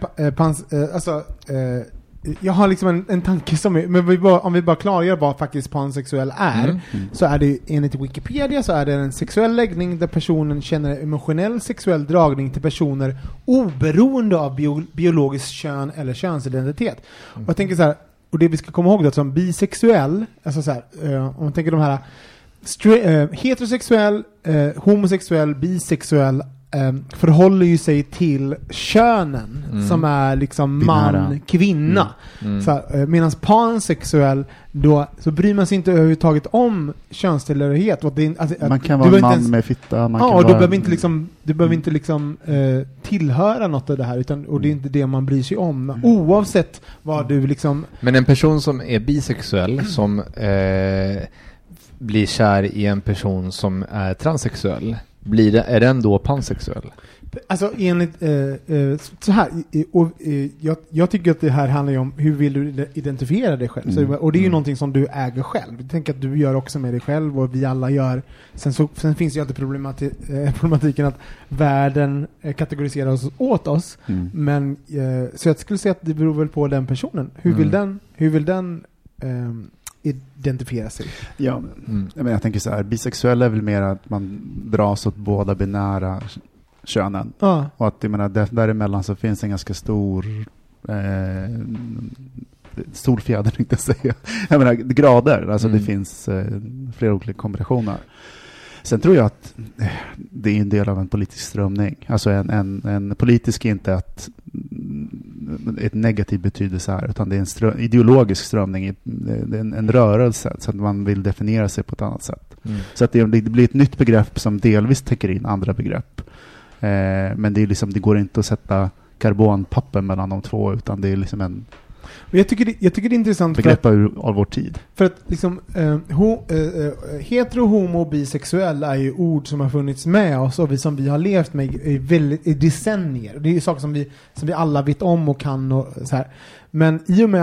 jag har liksom en tanke som är, men om vi bara klargör vad faktiskt pansexuell är, så är det enligt Wikipedia så är det en sexuell läggning där personen känner emotionell sexuell dragning till personer oberoende av biologiskt kön eller könsidentitet. Och jag tänker så här, och det vi ska komma ihåg då, att som bisexuell, alltså så här, om man tänker de här heterosexuell, homosexuell, bisexuell förhåller ju sig till könen som är liksom man, kvinna. Medan pansexuell då så bryr man sig inte överhuvudtaget om könstillhörighet. Man kan vara en man med fitta. Och då behöver inte tillhöra något av det här, utan, och det är inte det man bryr sig om. Oavsett vad du liksom... Men en person som är bisexuell som blir kär i en person som är transsexuell, är den då pansexuell? Alltså enligt så här, jag tycker att det här handlar ju om hur vill du identifiera dig själv. Så, och det är ju någonting som du äger själv. Jag tänker att du gör också med dig själv, och vi alla gör. Sen finns ju alltid problematiken att världen kategoriserar oss åt oss. Men så jag skulle säga att det beror väl på den personen. Hur vill den identifiera sig? Ja, men jag tänker så här, bisexuell är väl mer att man dras åt båda binära könen. Och att jag menar, däremellan så finns en ganska stor solfjäder, inte säga. Jag menar, grader, alltså det finns flera olika kombinationer. Sen tror jag att det är en del av en politisk strömning. Alltså en politisk är inte ett negativ betydelse här, utan det är en ideologisk strömning, det är en rörelse, så att man vill definiera sig på ett annat sätt. Så att det blir ett nytt begrepp som delvis täcker in andra begrepp. Men det är liksom, det går inte att sätta karbonpapper mellan de två, utan det är liksom en... Jag tycker det är intressant begrepp av vår tid. För att liksom hetero, homo, bisexuell är ju ord som har funnits med oss och som vi har levt med i decennier. Det är ju saker som vi alla vet om och kan och så här. Men i och med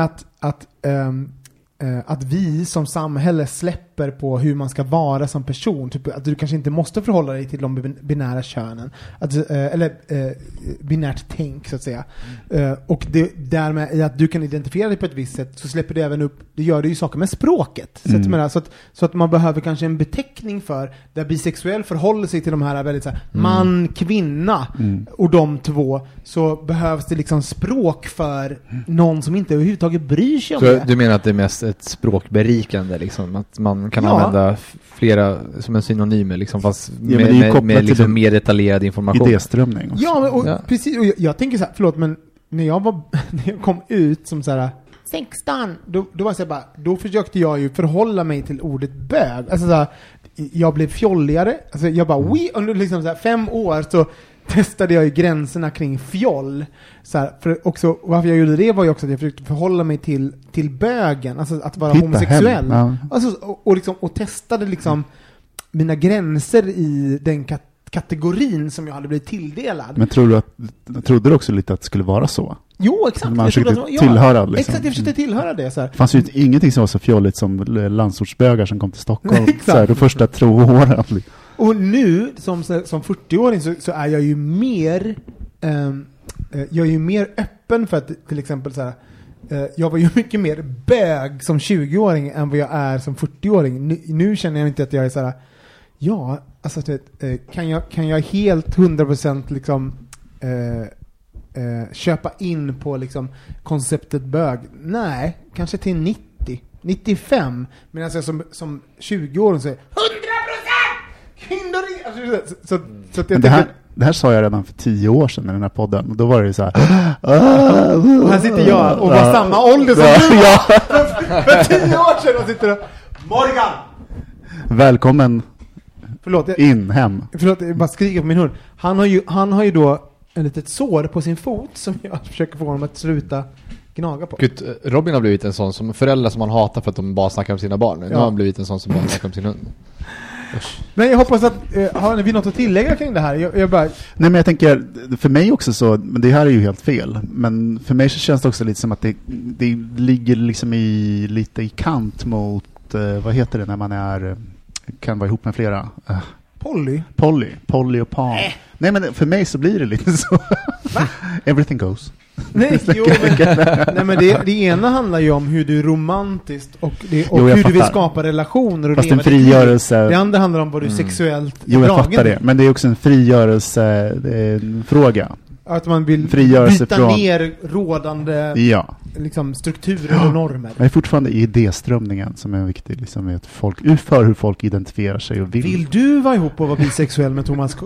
att vi som samhälle släpper på hur man ska vara som person, typ att du kanske inte måste förhålla dig till de binära könen, eller binärt tänk så att säga, och det därmed i att du kan identifiera dig på ett visst sätt, så släpper det även upp, det gör det ju saker med språket, så att man behöver kanske en beteckning för där bisexuell förhåller sig till de här väldigt så här, man, kvinna och de två, så behövs det liksom språk för någon som inte överhuvudtaget bryr sig om det. Du menar att det är mest ett språkberikande, liksom, att man kan använda flera som en synonym, liksom, fast med liksom mer detaljerad information. Idéströmning också. Ja, precis. Och jag tänker så här, förlåt, men när jag kom ut som så här 16, då var jag så här, då försökte jag ju förhålla mig till ordet bög. Alltså så här, jag blev fjolligare. Alltså jag bara, under liksom så här 5 år så testade jag ju gränserna kring fjoll. Så här, för också, varför jag gjorde det var ju också att jag försökte förhålla mig till bögen, alltså att vara homosexuell. Alltså, och testade liksom mina gränser i den kategorin som jag hade blivit tilldelad. Men trodde du också lite att det skulle vara så? Jo, exakt. Man försökte tillhöra liksom. Exakt, jag försökte tillhöra det. Så här. Det fanns ju ingenting som var så fjolligt som landsortsbögar som kom till Stockholm. Så här, de första 2 åren. Och nu, som 40-åring, så är jag ju mer öppen för att till exempel så här, jag var ju mycket mer bög som 20-åring än vad jag är som 40-åring. Nu känner jag inte att jag är så här, ja, alltså kan jag helt 100% liksom köpa in på liksom konceptet bög? Nej, kanske till 90-95, medan jag som 20-åring säger 100% kvinnor. Alltså, så att det här sa jag redan för 10 år sedan i den här podden. Och då var det ju så här. Och här sitter jag och var samma ålder som du. För 10 år sedan och sitter och Morgan! Välkommen. In hem. Förlåt, jag bara skriker på min hund. Han har ju då en litet sår på sin fot som jag försöker få honom att sluta gnaga på. Gud, Robin har blivit en sån som föräldrar som man hatar för att de bara snackar om sina barn. Nu har han blivit en sån som bara snackar om sin hund. Men jag hoppas att har ni något att tillägga kring det här? Jag bara... Nej, men jag tänker, för mig också så, men det här är ju helt fel. Men för mig så känns det också lite som att det ligger liksom lite i kant mot, vad heter det när man kan vara ihop med flera? Polly och Pan. Nej, men för mig så blir det lite så. Everything goes. Nej, men det ena handlar ju om hur du är romantiskt och hur du vill skapa relationer och fast en frigörelse. Det andra handlar om vad du är sexuellt jag fattar det, men det är också en frigörelsefråga. Att man vill byta ner rådande liksom, strukturer och normer. Det är fortfarande idéströmningen som är viktig, liksom, att för hur folk identifierar sig och vill. Vill du vara ihop och vara bisexuell med Thomas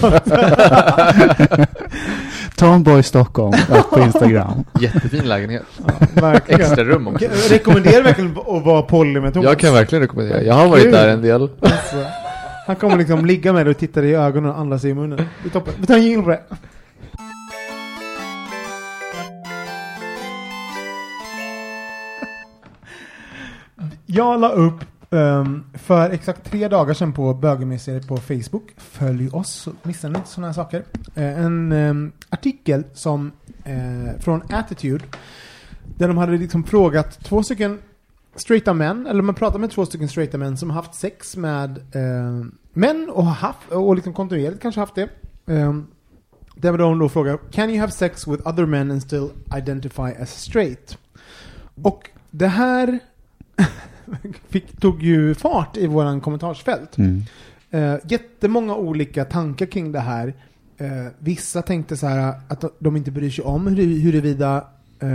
Tomboy Stockholm på Instagram. Jättefin lägenhet. Ja, extra rum också. Rekommenderar verkligen att vara poly med Thomas? Jag kan verkligen rekommendera. Jag har varit där en del. Alltså, han kommer liksom ligga med dig och titta dig i ögonen och andas i munnen. Det är toppen. Vi tar en jingle på det. Jag la upp för exakt 3 dagar sedan på Bögeministeriet på Facebook. Följ oss så missar ni inte sådana här saker. En artikel som från Attitude där de hade liksom frågat 2 stycken straighta män, eller man pratar med 2 stycken straighta män som har haft sex med män och liksom kontinuerligt kanske haft det. Där de då frågar, can you have sex with other men and still identify as straight? Och det här tog ju fart i våran kommentarsfält. Jättemånga olika tankar kring det här. Vissa tänkte så här att de inte bryr sig om huruvida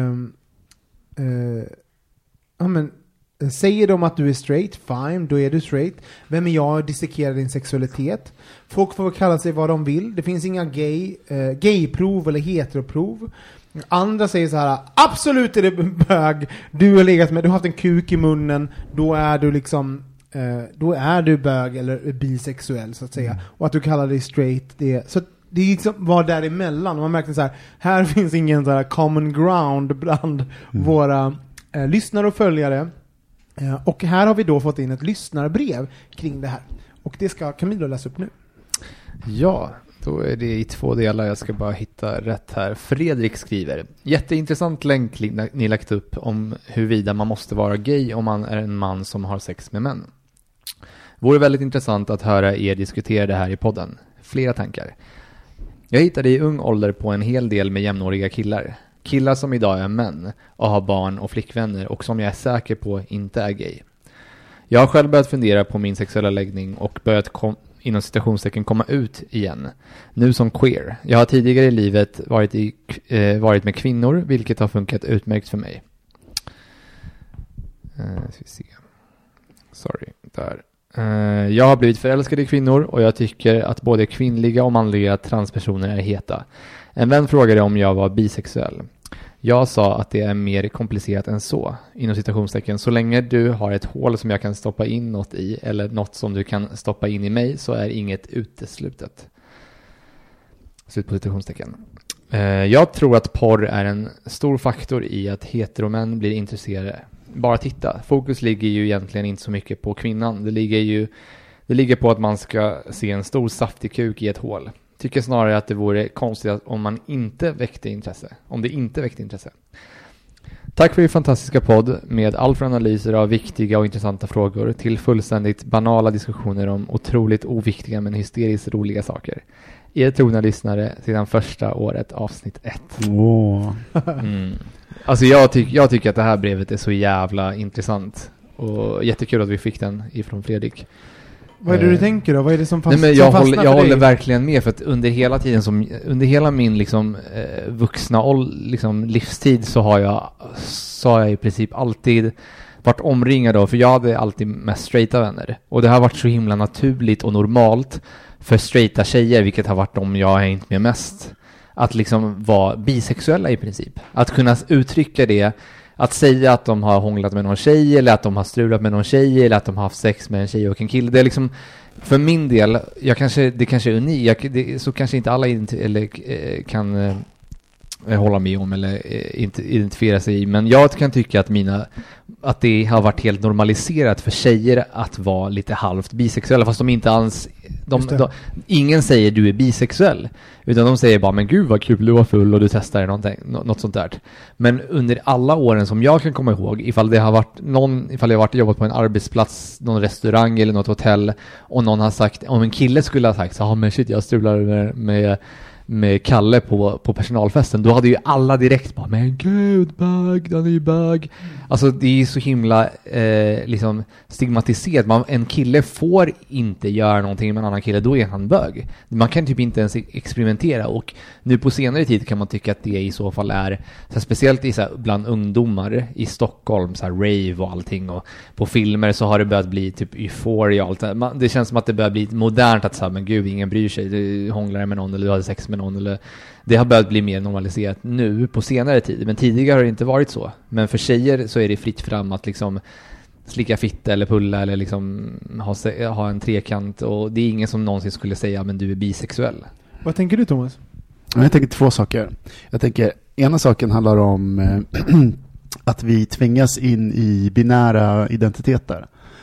säger de att du är straight, fine, då är du straight. Vem är jag att dissekera din sexualitet? Folk får kalla sig vad de vill. Det finns inga gayprov eller heteroprov. Andra säger så här, absolut är det bög. Du har legat med, du har haft en kuk i munnen, då är du liksom då är du bög eller bisexuell så att säga. Och att du kallar dig straight, så det är liksom var däremellan. Man märker så här finns ingen så här common ground bland våra lyssnare och följare. Och här har vi då fått in ett lyssnarbrev kring det här. Och det ska Camilo läsa upp nu. Ja, då är det i 2 delar. Jag ska bara hitta rätt här. Fredrik skriver: jätteintressant länk ni lagt upp om huruvida man måste vara gay om man är en man som har sex med män. Vore väldigt intressant att höra er diskutera det här i podden. Flera tankar. Jag hittade i ung ålder på en hel del med jämnåriga killar. Killar som idag är män och har barn och flickvänner och som jag är säker på inte är gay. Jag har själv börjat fundera på min sexuella läggning och börjat inom citationstecken komma ut igen. Nu som queer. Jag har tidigare i livet varit med kvinnor, vilket har funkat utmärkt för mig. Ska vi se. Sorry, där. Jag har blivit förälskad i kvinnor och jag tycker att både kvinnliga och manliga transpersoner är heta. En vän frågade om jag var bisexuell. Jag sa att det är mer komplicerat än så, inom citationstecken. Så länge du har ett hål som jag kan stoppa in något i, eller något som du kan stoppa in i mig, så är inget uteslutet. Slut på citationstecken. Jag tror att porr är en stor faktor i att heteromän blir intresserade. Bara titta. Fokus ligger ju egentligen inte så mycket på kvinnan. Det ligger ju Det ligger på att man ska se en stor saftig kuk i ett hål. Tycker snarare att det vore konstigt om det inte väckte intresse. Tack för er fantastiska podd med all från analyser av viktiga och intressanta frågor till fullständigt banala diskussioner om otroligt oviktiga men hysteriskt roliga saker. Er trogna lyssnare sedan första året avsnitt 1. Alltså jag tycker att det här brevet är så jävla intressant och jättekul att vi fick den ifrån Fredrik. Vad är det du tänker då? Vad är det som fastnar? Jag håller verkligen med, för att under hela min liksom vuxna liksom livstid så har jag i princip alltid varit omringad av, för jag hade alltid mest straighta vänner, och det har varit så himla naturligt och normalt för straighta tjejer, vilket har varit de jag har hängt med mest, att liksom vara bisexuella i princip. Att kunna uttrycka det, att säga att de har hånglat med någon tjej, eller att de har strulat med någon tjej, eller att de har haft sex med en tjej och en kille. Det är liksom, för min del, det kanske är unikt, så kanske inte alla kan hålla med om eller inte identifiera sig i, men jag kan tycka att det har varit helt normaliserat för tjejer att vara lite halvt bisexuella, fast de inte alls ingen säger du är bisexuell, utan de säger bara, men gud vad kul, du var full och du testade något sånt där. Men under alla åren som jag kan komma ihåg, ifall jag har jobbat på en arbetsplats, någon restaurang eller något hotell, och någon har sagt, om en kille skulle ha sagt så, men shit, jag strular med Kalle på personalfesten, då hade ju alla direkt bara, men gud, bög, han är ju bög. Alltså det är så himla liksom stigmatiserat. En kille får inte göra någonting med en annan kille, då är han bög. Man kan typ inte ens experimentera, och nu på senare tid kan man tycka att det i så fall är så, speciellt bland ungdomar i Stockholm, så här rave och allting, och på filmer så har det börjat bli typ euphoria och allt. Det känns som att det börjar bli modernt att säga, men gud, ingen bryr sig, du hånglar med någon eller du hade sex med någon, eller det har börjat bli mer normaliserat nu på senare tid, men tidigare har det inte varit så. Men för tjejer så är det fritt fram att liksom slicka fitta eller pulla eller liksom ha en trekant, och det är ingen som någonsin skulle säga, men du är bisexuell. Vad tänker du, Thomas? Jag tänker 2 saker. Jag tänker, ena saken handlar om att vi tvingas in i binära identiteter.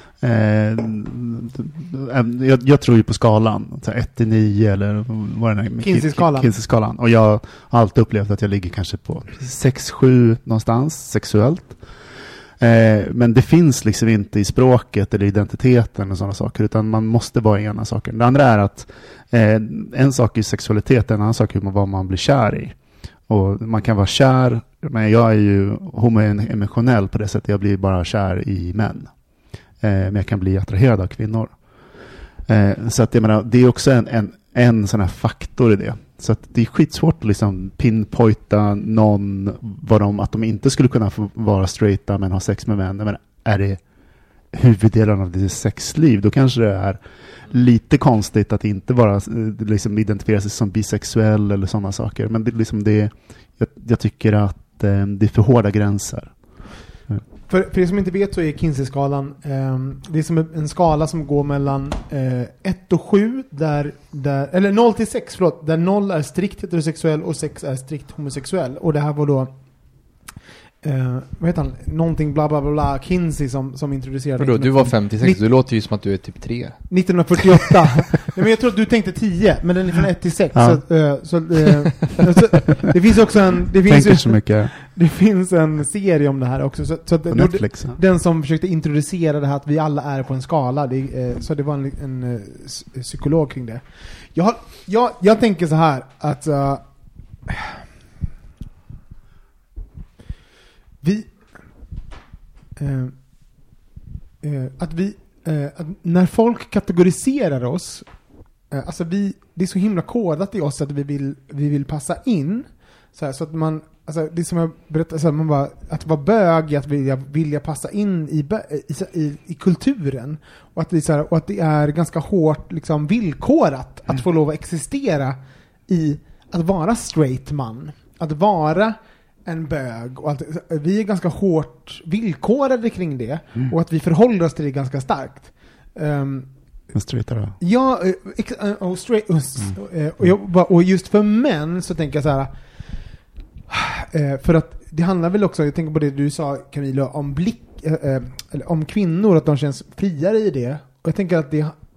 Jag tror ju på skalan 1-9 eller vad det är, Kinsey-skalan, och jag har alltid upplevt att jag ligger kanske på 6-7 någonstans sexuellt, men det finns liksom inte i språket eller identiteten och sådana saker, utan man måste vara i ena saken. Det andra är att en sak är sexualitet, en annan sak är vad man blir kär i, och man kan vara kär, men jag är ju homoemotionell på det sättet, jag blir bara kär i män. Men jag kan bli attraherad av kvinnor. Så att jag menar, det är också en sån här faktor i det. Så att det är skitsvårt att liksom pinpointa någon att de inte skulle kunna få vara straighta men ha sex med män. Men är det huvuddelen av det sexliv, då kanske det är lite konstigt att inte bara liksom identifiera sig som bisexuell eller sådana saker. Men jag tycker att det är för hårda gränser. För er som inte vet så är Kinsey-skalan det är som en skala som går mellan 1 och 7 eller 0 till 6, förlåt, där 0 är strikt heterosexuell och 6 är strikt homosexuell. Och det här var då vad heter han? Någonting bla bla bla Kinsey som introducerade. Vadå, du var 56, du låter ju som att du är typ 3. 1948. Nej, men jag tror att du tänkte 10, men den är från 1 till 6. Ja. Så det finns också det finns en serie om det här också. Så Netflix, den som försökte introducera det här att vi alla är på en skala. Så det var en psykolog kring det. Jag tänker så här att att när folk kategoriserar oss, alltså det är så himla kodat i oss att vi vill passa in, så att man, alltså det som jag berättade, så man bara, att vara bög, att vilja passa in i kulturen, och att det är ganska hårt liksom villkorat att få lov att existera i att vara straight man, att vara en bög, och att vi är ganska hårt villkorade kring det, och att vi förhåller oss till det ganska starkt. Straighta. Ja, och just för män så tänker jag så här, för att det handlar väl också, jag tänker på det du sa, Camilla, om om kvinnor, att de känns friare i det, och jag tänker att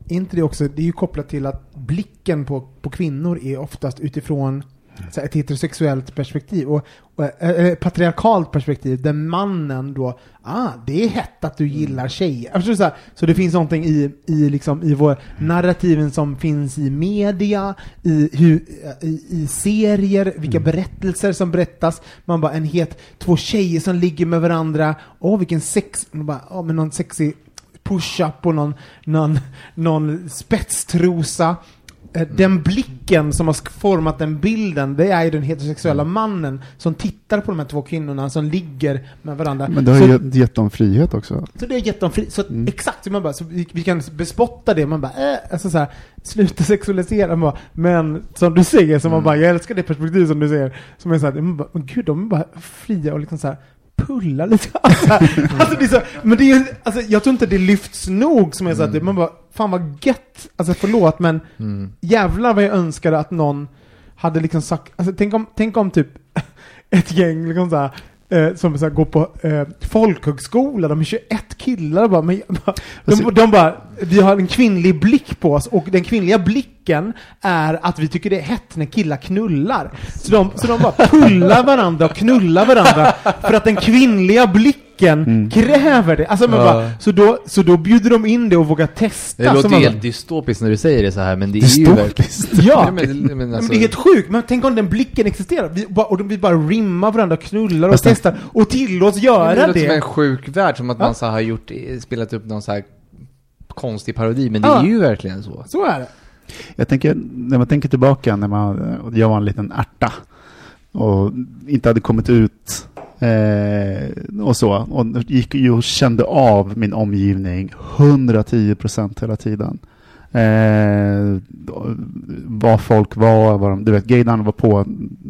inte det också, det är ju kopplat till att blicken på kvinnor är oftast utifrån så ett heterosexuellt perspektiv och patriarkalt perspektiv där mannen då, det är hett att du gillar tjejer. Så det finns någonting i vår narrativen som finns i media, i serier, vilka berättelser som berättas. Man bara två tjejer som ligger med varandra. Vilken sex, med någon sexy push-up och någon spetstrosa. Den blicken som har format den bilden, det är ju den heterosexuella mannen som tittar på de här två kvinnorna som ligger med varandra. Men det har ju gett dem frihet också. Så det har gett dem frihet. Så exakt, så man bara, så vi kan bespotta det. Man bara, alltså så här, sluta sexualisera. Man bara, men som du säger, som man bara, jag älskar det perspektiv som du säger. Som är så här, man bara, men gud, de är bara fria och liksom så här pulla lite. Alltså det är så, men det är ju, alltså jag tror inte det lyfts nog som jag sa att man bara, fan vad gött, alltså förlåt, men jävlar vad jag önskade att någon hade liksom sagt, alltså tänk om typ ett gäng liksom så här, som så här, går på folkhögskola, de är 21 killar bara, men de bara, vi har en kvinnlig blick på oss och den kvinnliga blicken är att vi tycker det är hett när killar knullar. Så de bara pullar varandra och knullar varandra för att den kvinnliga blicken kräver det. Alltså man bara, så då bjuder de in det och vågar testa. Det låter helt dystopiskt när du säger det så här, men det är ju verkligen... Ja, men det är helt sjukt. Men tänk om den blicken existerar. Vi bara rimmar varandra och knullar och testar och tillåts göra det. Det låter som en sjuk värld, som att man så har spelat upp någon så här konstig parodi, men det är ju verkligen så. Så är det. Jag tänker, när man tänker tillbaka när jag var en liten ärta och inte hade kommit ut och så, och gick ju och kände av min omgivning 110% hela tiden. Vad folk var du vet, gaydaren var på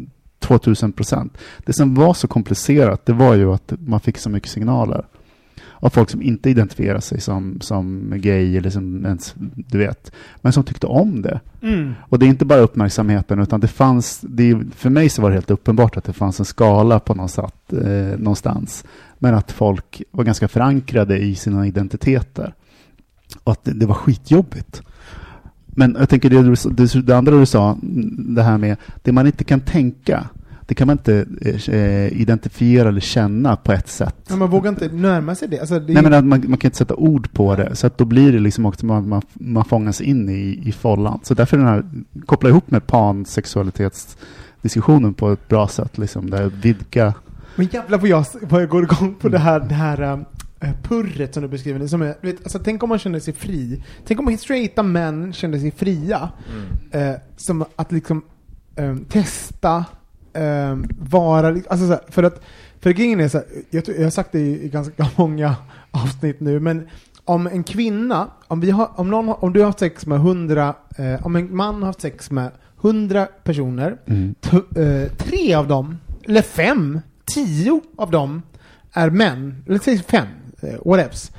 2000%. Det som var så komplicerat, det var ju att man fick så mycket signaler av folk som inte identifierar sig som gay eller som ens, du vet, men som tyckte om det. Och det är inte bara uppmärksamheten, utan för mig så var det helt uppenbart att det fanns en skala på någonstans, men att folk var ganska förankrade i sina identiteter och att det var skitjobbigt. Men jag tänker det andra du sa, det här med det man inte kan tänka, det kan man inte identifiera eller känna på ett sätt. Ja, man vågar inte närma sig det. Alltså, Nej, men man kan inte sätta ord på det. Så att då blir det liksom också man fångas in i follan. Så därför den här koppla ihop med pansexualitetsdiskussionen på ett bra sätt. Liksom, där vidga... Men jävlar vad jag går igång på det här purret som du beskriver. Som är, vet, alltså, tänk om man känner sig fri. Tänk om straighta män känner sig fria. Som att liksom testa... vara, alltså så här, för grejen är så här, jag har sagt det i ganska många avsnitt nu, men om en kvinna, om du har haft sex med 100, om en man har haft sex med 100 personer, 3 av dem, eller 5, 10 av dem är män, eller säg 5, whatevs,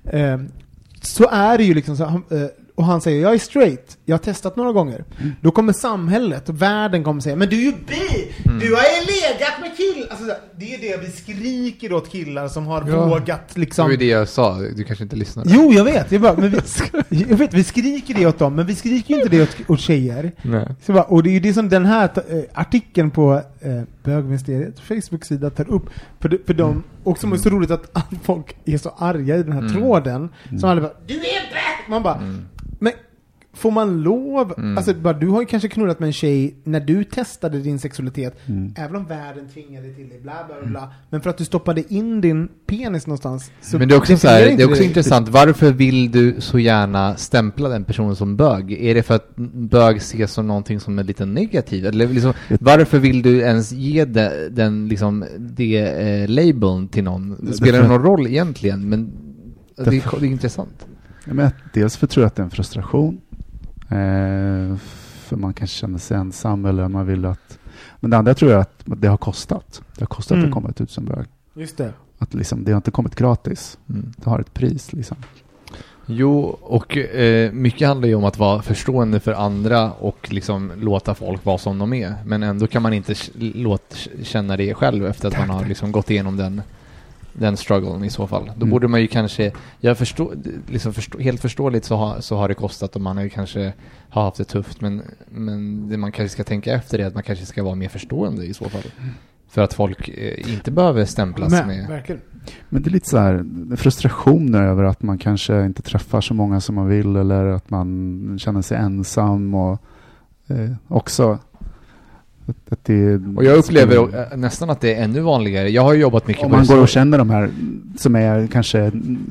så är det ju liksom så, och han säger, jag är straight, jag har testat några gånger. Då kommer samhället och världen kommer säga, men du är ju bi, du har ju legat med killar. Alltså, det är det vi skriker åt killar som har vågat liksom. Det var det jag sa, du kanske inte lyssnar. Jo, jag vet, vi skriker det åt dem, men vi skriker ju inte det åt tjejer. Nej. Så bara, och det är ju det som den här artikeln på Bögministeriet Facebook-sida tar upp för dem, och som är så roligt att folk är så arga i den här tråden, som alla bara, du är bäst! Man bara, men får man lov, alltså bara, du har ju kanske knullat med en tjej när du testade din sexualitet, även om världen tvingade till dig, bla bla bla, men för att du stoppade in din penis någonstans, så men det är också så här, det är också intressant, varför vill du så gärna stämpla den personen som bög? Är det för att bög ses som någonting som är lite negativt, eller liksom, varför vill du ens ge den liksom det labeln till någon? Spelar det någon roll egentligen? Men det är intressant. Ja, men dels för tror jag att det är en frustration, för man kanske känner sig ensam, eller man vill att, men det andra tror jag att det har kostat att komma ut som bög. Just det. Att liksom, det har inte kommit gratis. Det har ett pris liksom. Jo, och mycket handlar ju om att vara förstående för andra och liksom låta folk vara som de är, men ändå kan man inte känna det själv efter att man har liksom gått igenom den den strugglen i så fall. Då borde man ju kanske, jag förstår, liksom helt förståeligt så har det kostat och man har ju kanske har haft det tufft, men det man kanske ska tänka efter är att man kanske ska vara mer förstående i så fall. För att folk inte behöver stämplas med. Verkligen. Men det är lite så här frustrationer över att man kanske inte träffar så många som man vill, eller att man känner sig ensam, och också att det, och jag upplever nästan att det är ännu vanligare. Jag har ju jobbat mycket om på man går och känner de här som är kanske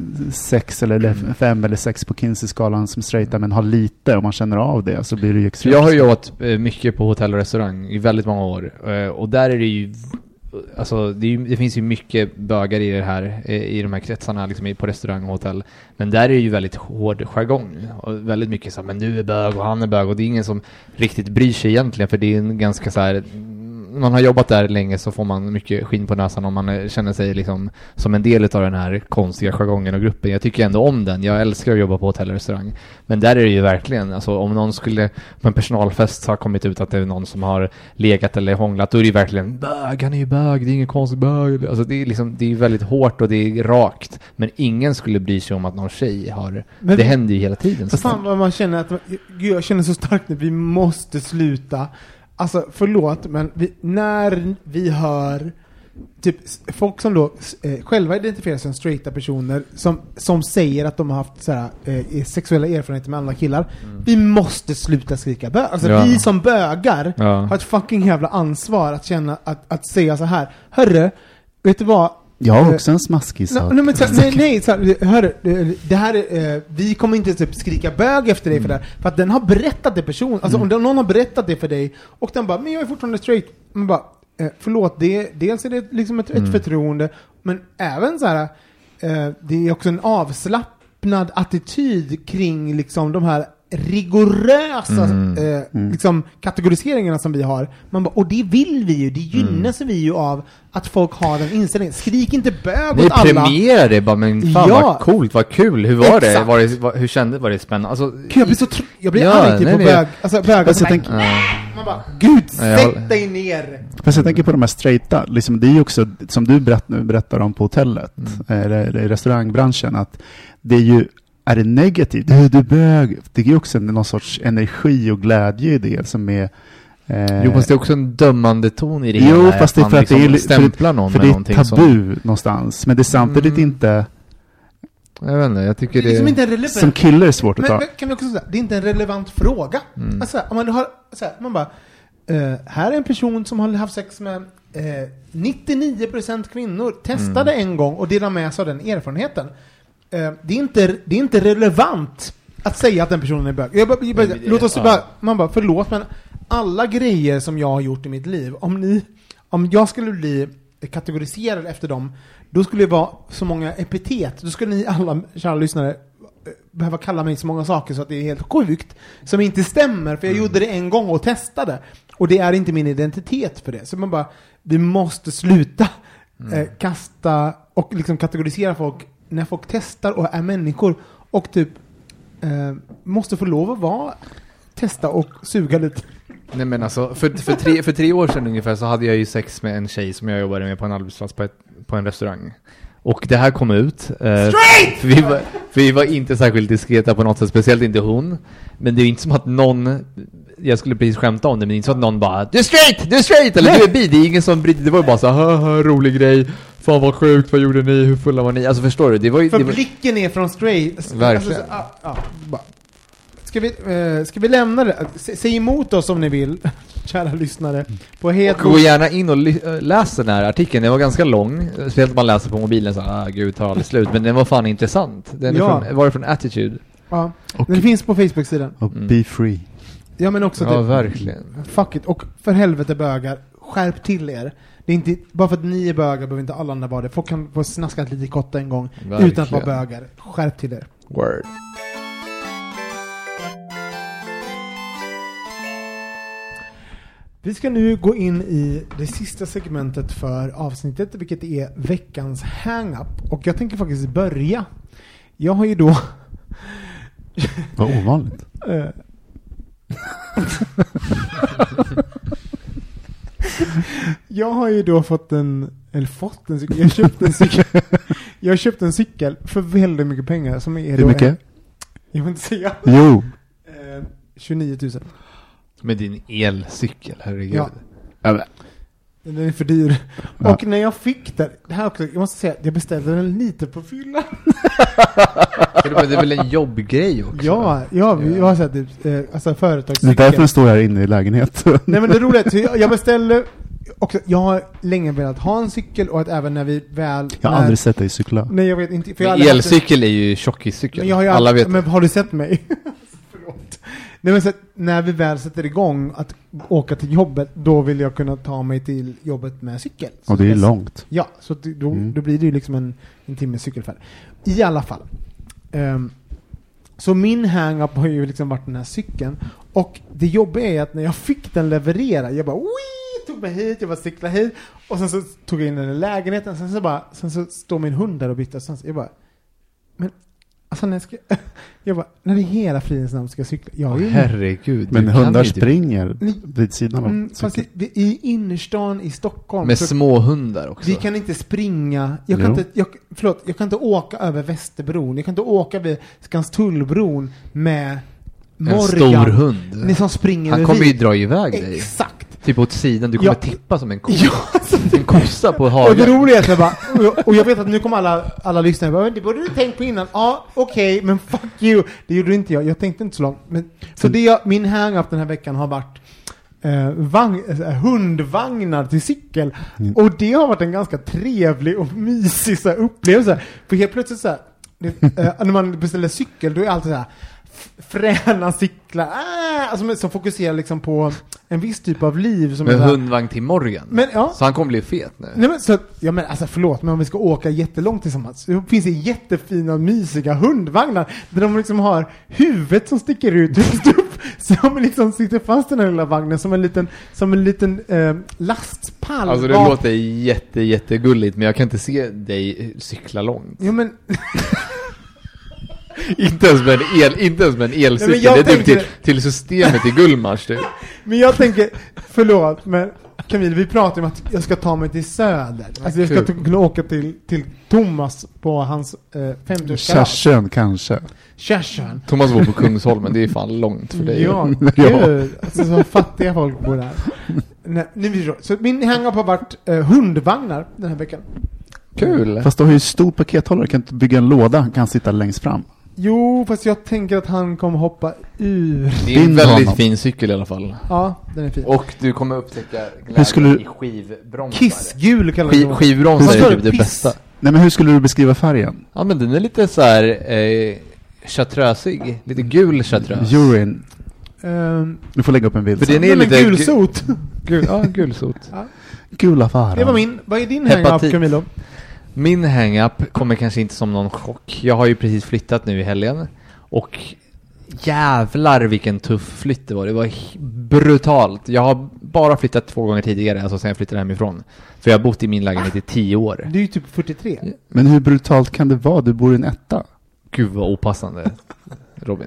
6 eller 5 eller 6 på Kinsey-skalan som straighta, men har lite, och man känner av det, så blir det ju extremt. Jag har jobbat mycket på hotell och restaurang i väldigt många år, och där är det ju, alltså det finns ju mycket bögar i det här, i de här kretsarna liksom, på restaurang och hotell, men där är det ju väldigt hård jargong och väldigt mycket så, men du är bög och han är bög, och det är ingen som riktigt bryr sig egentligen, för det är en ganska så här, man har jobbat där länge så får man mycket skinn på näsan om man känner sig liksom som en del av den här konstiga jargongen och gruppen. Jag tycker ändå om den. Jag älskar att jobba på hotell och restaurang. Men där är det ju verkligen, alltså om någon skulle på en personalfest har kommit ut att det är någon som har legat eller hånglat, då är det ju verkligen bög, han är ju bög, det är ingen konstig bög. Alltså det är liksom, det är väldigt hårt och det är rakt. Men ingen skulle bry sig om att någon tjej har, men det händer ju hela tiden. Fan vad man känner att, jag känner så starkt att vi måste sluta. Alltså förlåt, men när vi hör typ folk som då själva identifierar sig som straighta personer som säger att de har haft såhär, sexuella erfarenheter med andra killar, vi måste sluta skrika bög. Alltså vi som bögar har ett fucking jävla ansvar att känna att säga så här: hörru, vet du vad? Jag har också en smaskig sak. Hörru, det här vi kommer inte typ skrika bög efter dig för det här, för att den har berättat det person. Alltså om någon har berättat det för dig och den bara, men jag är fortfarande straight. Man bara, förlåt, dels är det liksom ett förtroende, men även så här, det är också en avslappnad attityd kring liksom de här rigorösa liksom kategoriseringarna som vi har. Man bara, och det vill vi ju, det gynnas vi ju av att folk har den inställningen. Skrik inte bög åt alla. Ni premierar det bara, men fan vad coolt, vad kul. Hur var det? Hur kändes det? Var det spännande? Alltså, jag blir arg på bög. Alltså bögar som man bara, gud, sätt dig ner. Fast jag tänker på de här straighta, liksom, det är ju också som du berättar om på hotellet eller i restaurangbranschen, att det är ju, är det negativt? Du är bög. Det är ju också någon sorts energi och glädje i det som är... Jo, fast det är också en dömande ton i det. Jo, fast det är för att liksom det är stämplar någon för med det är någonting tabu någonstans. Men det är samtidigt inte... Jag vet inte, jag tycker det är inte en relevant... Som kille är det svårt att ta. Men kan vi också säga, det är inte en relevant fråga. Alltså, om man har så här, man bara, här är en person som har haft sex med 99% kvinnor, testade en gång och delade med sig av den erfarenheten. Det är inte relevant att säga att den personen är bög. Låt oss bara, man bara, förlåt, men alla grejer som jag har gjort i mitt liv, om jag skulle bli kategoriserad efter dem, då skulle det vara så många epitet. Då skulle ni alla, kära lyssnare, behöva kalla mig så många saker så att det är helt sjukt, som inte stämmer, för jag gjorde det en gång och testade, och det är inte min identitet för det. Så man bara, vi måste sluta kasta och liksom kategorisera folk när folk testar och är människor och typ måste få lov att vara testa och suga lite. Nej, men alltså för 3 år sedan ungefär så hade jag ju sex med en tjej som jag jobbade med på en arbetsplats på en restaurang. Och det här kom ut. Vi var inte särskilt diskreta på något sätt, speciellt inte hon. Men det är inte som att någon, jag skulle precis skämta om det, men det är inte så att någon bara, du är straight, eller du är bi. Det är ingen som bryter, det var ju bara så här, rolig grej. Fan vad sjukt, vad gjorde ni, hur fulla var ni? Alltså förstår du, det var ju... För blicken är från straight. Verkligen. Ska vi lämna det? Säg emot oss om ni vill, kära lyssnare. Gå gärna in och läs den här artikeln. Den var ganska lång. Speciellt om man läser på mobilen så gud, tar aldrig slut. Men den var fan intressant. Den var från Attitude. Ja, den finns på Facebook-sidan. Och be free. Ja, men också ja, verkligen. Fuck it. Och för helvete bögar, skärp till er. Det är inte, bara för att ni är bögar behöver inte alla andra vara det. Folk kan få snaskat lite kotta en gång utan att vara bögar. Skärp till er. Word. Vi ska nu gå in i det sista segmentet för avsnittet, vilket är veckans hang-up. Och jag tänker faktiskt börja. Jag har ju då... Vad ovanligt. Jag har ju då fått en cykel. Jag köpte en cykel för väldigt mycket pengar. Som är Hur mycket? Jag vill inte säga. Jo. 29 000. Med din elcykel, herregud. Ja. Den är för dyr. Ja. Och när jag fick den, det här också, jag måste säga, jag beställde den lite på fyllan. Men det är väl en jobbgrej också? Ja, vi har sett alltså företagscykel. Det är därför den står här inne i lägenheten. Nej, men det roliga är att jag beställde också, jag har länge velat ha en cykel och att även när vi väl... Jag har aldrig sett dig cykla. Nej, jag vet inte. För Men elcykel är ju tjockiscykel. Men jag har ju alla vet. Men har du sett mig? Förlåt. Nej, men så när vi väl sätter igång att åka till jobbet, då vill jag kunna ta mig till jobbet med cykel. Och det är långt. Ja, så då blir det ju liksom en timme cykelfärd. I alla fall. Så min hang-up har ju liksom varit den här cykeln. Och det jobbiga är att när jag fick den leverera, jag bara tog mig hit, jag bara cyklade hit. Och sen så tog jag in den i lägenheten. Sen så står min hund där och bytte. Så jag bara, men alltså när det är hela fridens namn ska jag cykla. Herregud. Men hundar springer vid sidan av fast i innerstan i Stockholm. Med små hundar också. Vi kan inte springa. Jag kan inte åka över Västerbron. Jag kan inte åka vid Skanstullbron med Morgan. En stor hund. Ni som springer. Han kommer ju dra iväg dig. Exakt. Typ åt sidan. Du kommer tippa som en kossa. En kossa på hagen. Och det roliga är att jag bara, och jag vet att nu kommer alla lyssnare bara, det borde du tänkt på innan. Ja, okej, men fuck you. Det gjorde inte jag. Jag tänkte inte så långt. Men, så min hang-up den här veckan har varit hundvagnar till cykel. Och det har varit en ganska trevlig och mysig så här, upplevelse. För helt plötsligt så här, när man beställer cykel, då är allt så här fräna cyklar alltså, som fokuserar liksom på en viss typ av liv som med hundvagn till Morgan. Men, ja. Så han kommer bli fet nu. Nej, men, så, ja, men alltså förlåt, men om vi ska åka jättelångt tillsammans, det finns det jättefina mysiga hundvagnar där de liksom har huvudet som sticker ut högst upp, så de liksom sitter fast i den här lilla vagnen som en liten lastpall. Alltså det låter jättegulligt, men jag kan inte se dig cykla långt. Ja, men inte ens med en elcykel. Nej, det är typ till systemet i Gullmars typ. Men jag tänker, förlåt, men Camille, vi pratar om att jag ska ta mig till Söder. Alltså jag ska kunna åka till Thomas på hans 50-årskalas. Kärsön kanske. Kärsön. Thomas bor på Kungsholmen, det är fan långt för dig. Ja, gud. Alltså så fattiga folk bor där. Nej, så min hang-up har varit hundvagnar den här veckan. Kul. Fast du har ju stor pakethållare, kan inte bygga en låda, han kan sitta längst fram. Jo, fast jag tänker att han kommer hoppa ur. Det är en väldigt fin cykel i alla fall. Ja, den är fin. Och du kommer upptäcka glädjen i skivbromsar. Kissgul kallar det. Skivbromsar är typ det bästa. Nej, men hur skulle du beskriva färgen? Ja, men den är lite så här chartrösig. Lite gul chartrös. Urine. Du får lägga upp en bild. För den är lite gulsot. Gulsot. Ja. Gula faran. Det var min. Vad är din hang-up, Camilo? Min hang-up kommer kanske inte som någon chock. Jag har ju precis flyttat nu i helgen. Och jävlar vilken tuff flytt det var. Det var brutalt. Jag har bara flyttat 2 gånger tidigare, alltså sen jag flyttade hemifrån. För jag har bott i min lägenhet i 10 år. Du är ju typ 43. Men hur brutalt kan det vara? Du bor i en etta. Gud vad opassande, Robin.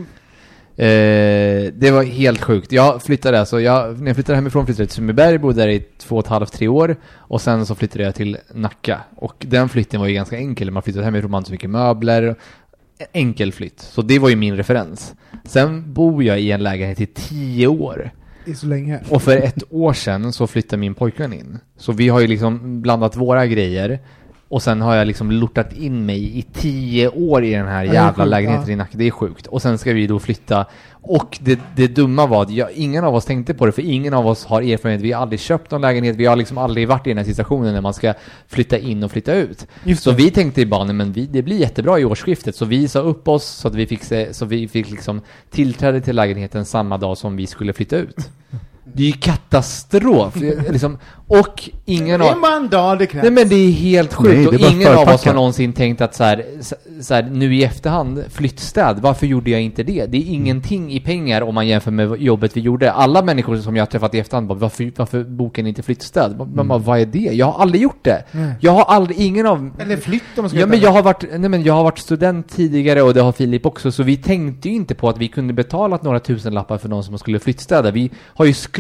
Det var helt sjukt. Jag flyttade alltså, när jag flyttade hemifrån flyttade jag till Sundbyberg, bodde där i 2,5-3 år. Och sen så flyttade jag till Nacka. Och den flytten var ju ganska enkel. Man flyttade hemifrån, man hade så mycket möbler. Enkel flytt. Så det var ju min referens. Sen bor jag i en lägenhet i 10 år. Det är så länge. Och för 1 år sedan så flyttade min pojkvän in. Så vi har ju liksom blandat våra grejer. Och sen har jag liksom lortat in mig i 10 år i den här jävla lägenheten i Nacka. Det är sjukt. Och sen ska vi då flytta. Och det dumma var att ingen av oss tänkte på det. För ingen av oss har erfarenhet. Vi har aldrig köpt någon lägenhet. Vi har liksom aldrig varit i den här situationen när man ska flytta in och flytta ut. Så vi tänkte i banan, men det blir jättebra i årsskiftet. Så vi sa upp oss så att vi fick liksom tillträde till lägenheten samma dag som vi skulle flytta ut. Det är ju katastrof liksom. Och ingen av... Nej, men det är helt sjukt. Nej, och ingen av oss har någonsin tänkt att så här, nu i efterhand, flyttstäd, varför gjorde jag inte det? Det är ingenting i pengar om man jämför med jobbet vi gjorde. Alla människor som jag har träffat i efterhand bara, varför bokar ni inte flyttstäd? Vad är det? Jag har aldrig gjort det. Jag har aldrig, ingen av... Eller flytt om man ska... Ja, men jag har varit student tidigare, och det har Filip också, så vi tänkte ju inte på att vi kunde betala några tusenlappar för någon som skulle flyttstäda. Vi har ju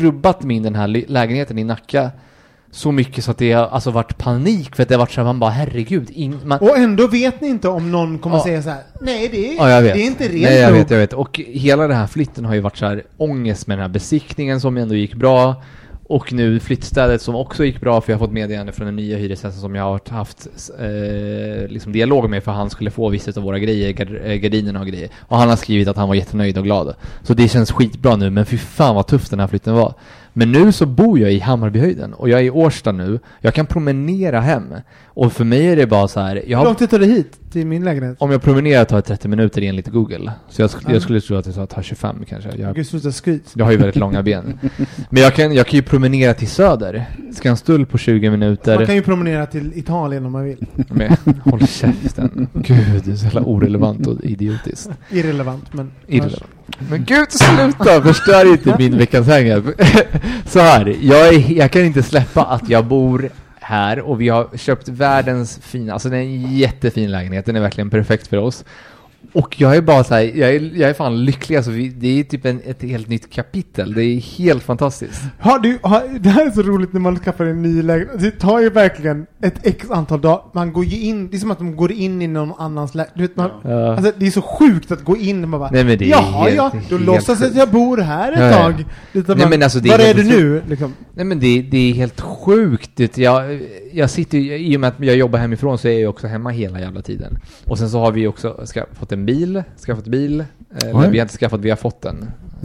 skrubbat min den här lägenheten i Nacka så mycket så att det har alltså varit panik för att det har varit så här, man bara herregud. Och ändå vet ni inte om någon kommer säga så här: nej, det är inte rent. Nej, jag vet. Och hela den här flytten har ju varit så här ångest med den här besiktningen som ändå gick bra. Och nu flyttstädet som också gick bra, för jag har fått meddelande från den nya hyresgästen som jag har haft liksom dialog med, för han skulle få vissa av våra grejer, gardinerna och grejer. Och han har skrivit att han var jättenöjd och glad. Så det känns skitbra nu, men fy fan vad tufft den här flytten var. Men nu så bor jag i Hammarbyhöjden och jag är i Årsta nu. Jag kan promenera hem. Och för mig är det bara så här... Hur långt tar det hit till min lägenhet? Om jag promenerar tar det 30 minuter enligt Google. Så jag skulle tro att det tar 25 kanske. Jag har ju väldigt långa ben. Men jag kan ju promenera till söder. Skanstull på 20 minuter. Man kan ju promenera till Italien om man vill. Men håll käften. Gud, det är så jävla orelevant och idiotiskt. Irrelevant, men... Men gud, sluta! Förstör inte min veckans hänga. Så här, jag kan inte släppa att jag bor här och vi har köpt världens fina, alltså det är en jättefin lägenhet, den är verkligen perfekt för oss. Och jag är bara så här, jag är fan lycklig, alltså det är typ ett helt nytt kapitel. Det är helt fantastiskt. Det här är så roligt när man skaffar en ny lägenhet. Det tar ju verkligen ett x antal dagar. Man går ju in, det är som att de går in i någon annans lägenhet. Alltså det är så sjukt att gå in och man bara, nej, men det är då låtsas att jag bor här ett tag. Nej, men alltså, var är du nu? Liksom. Nej, men det är helt sjukt. Jag sitter ju, i och med att jag jobbar hemifrån så är jag också hemma hela jävla tiden. Och sen så har vi också skaffat bil. Eller vi har inte skaffat, vi har fått den.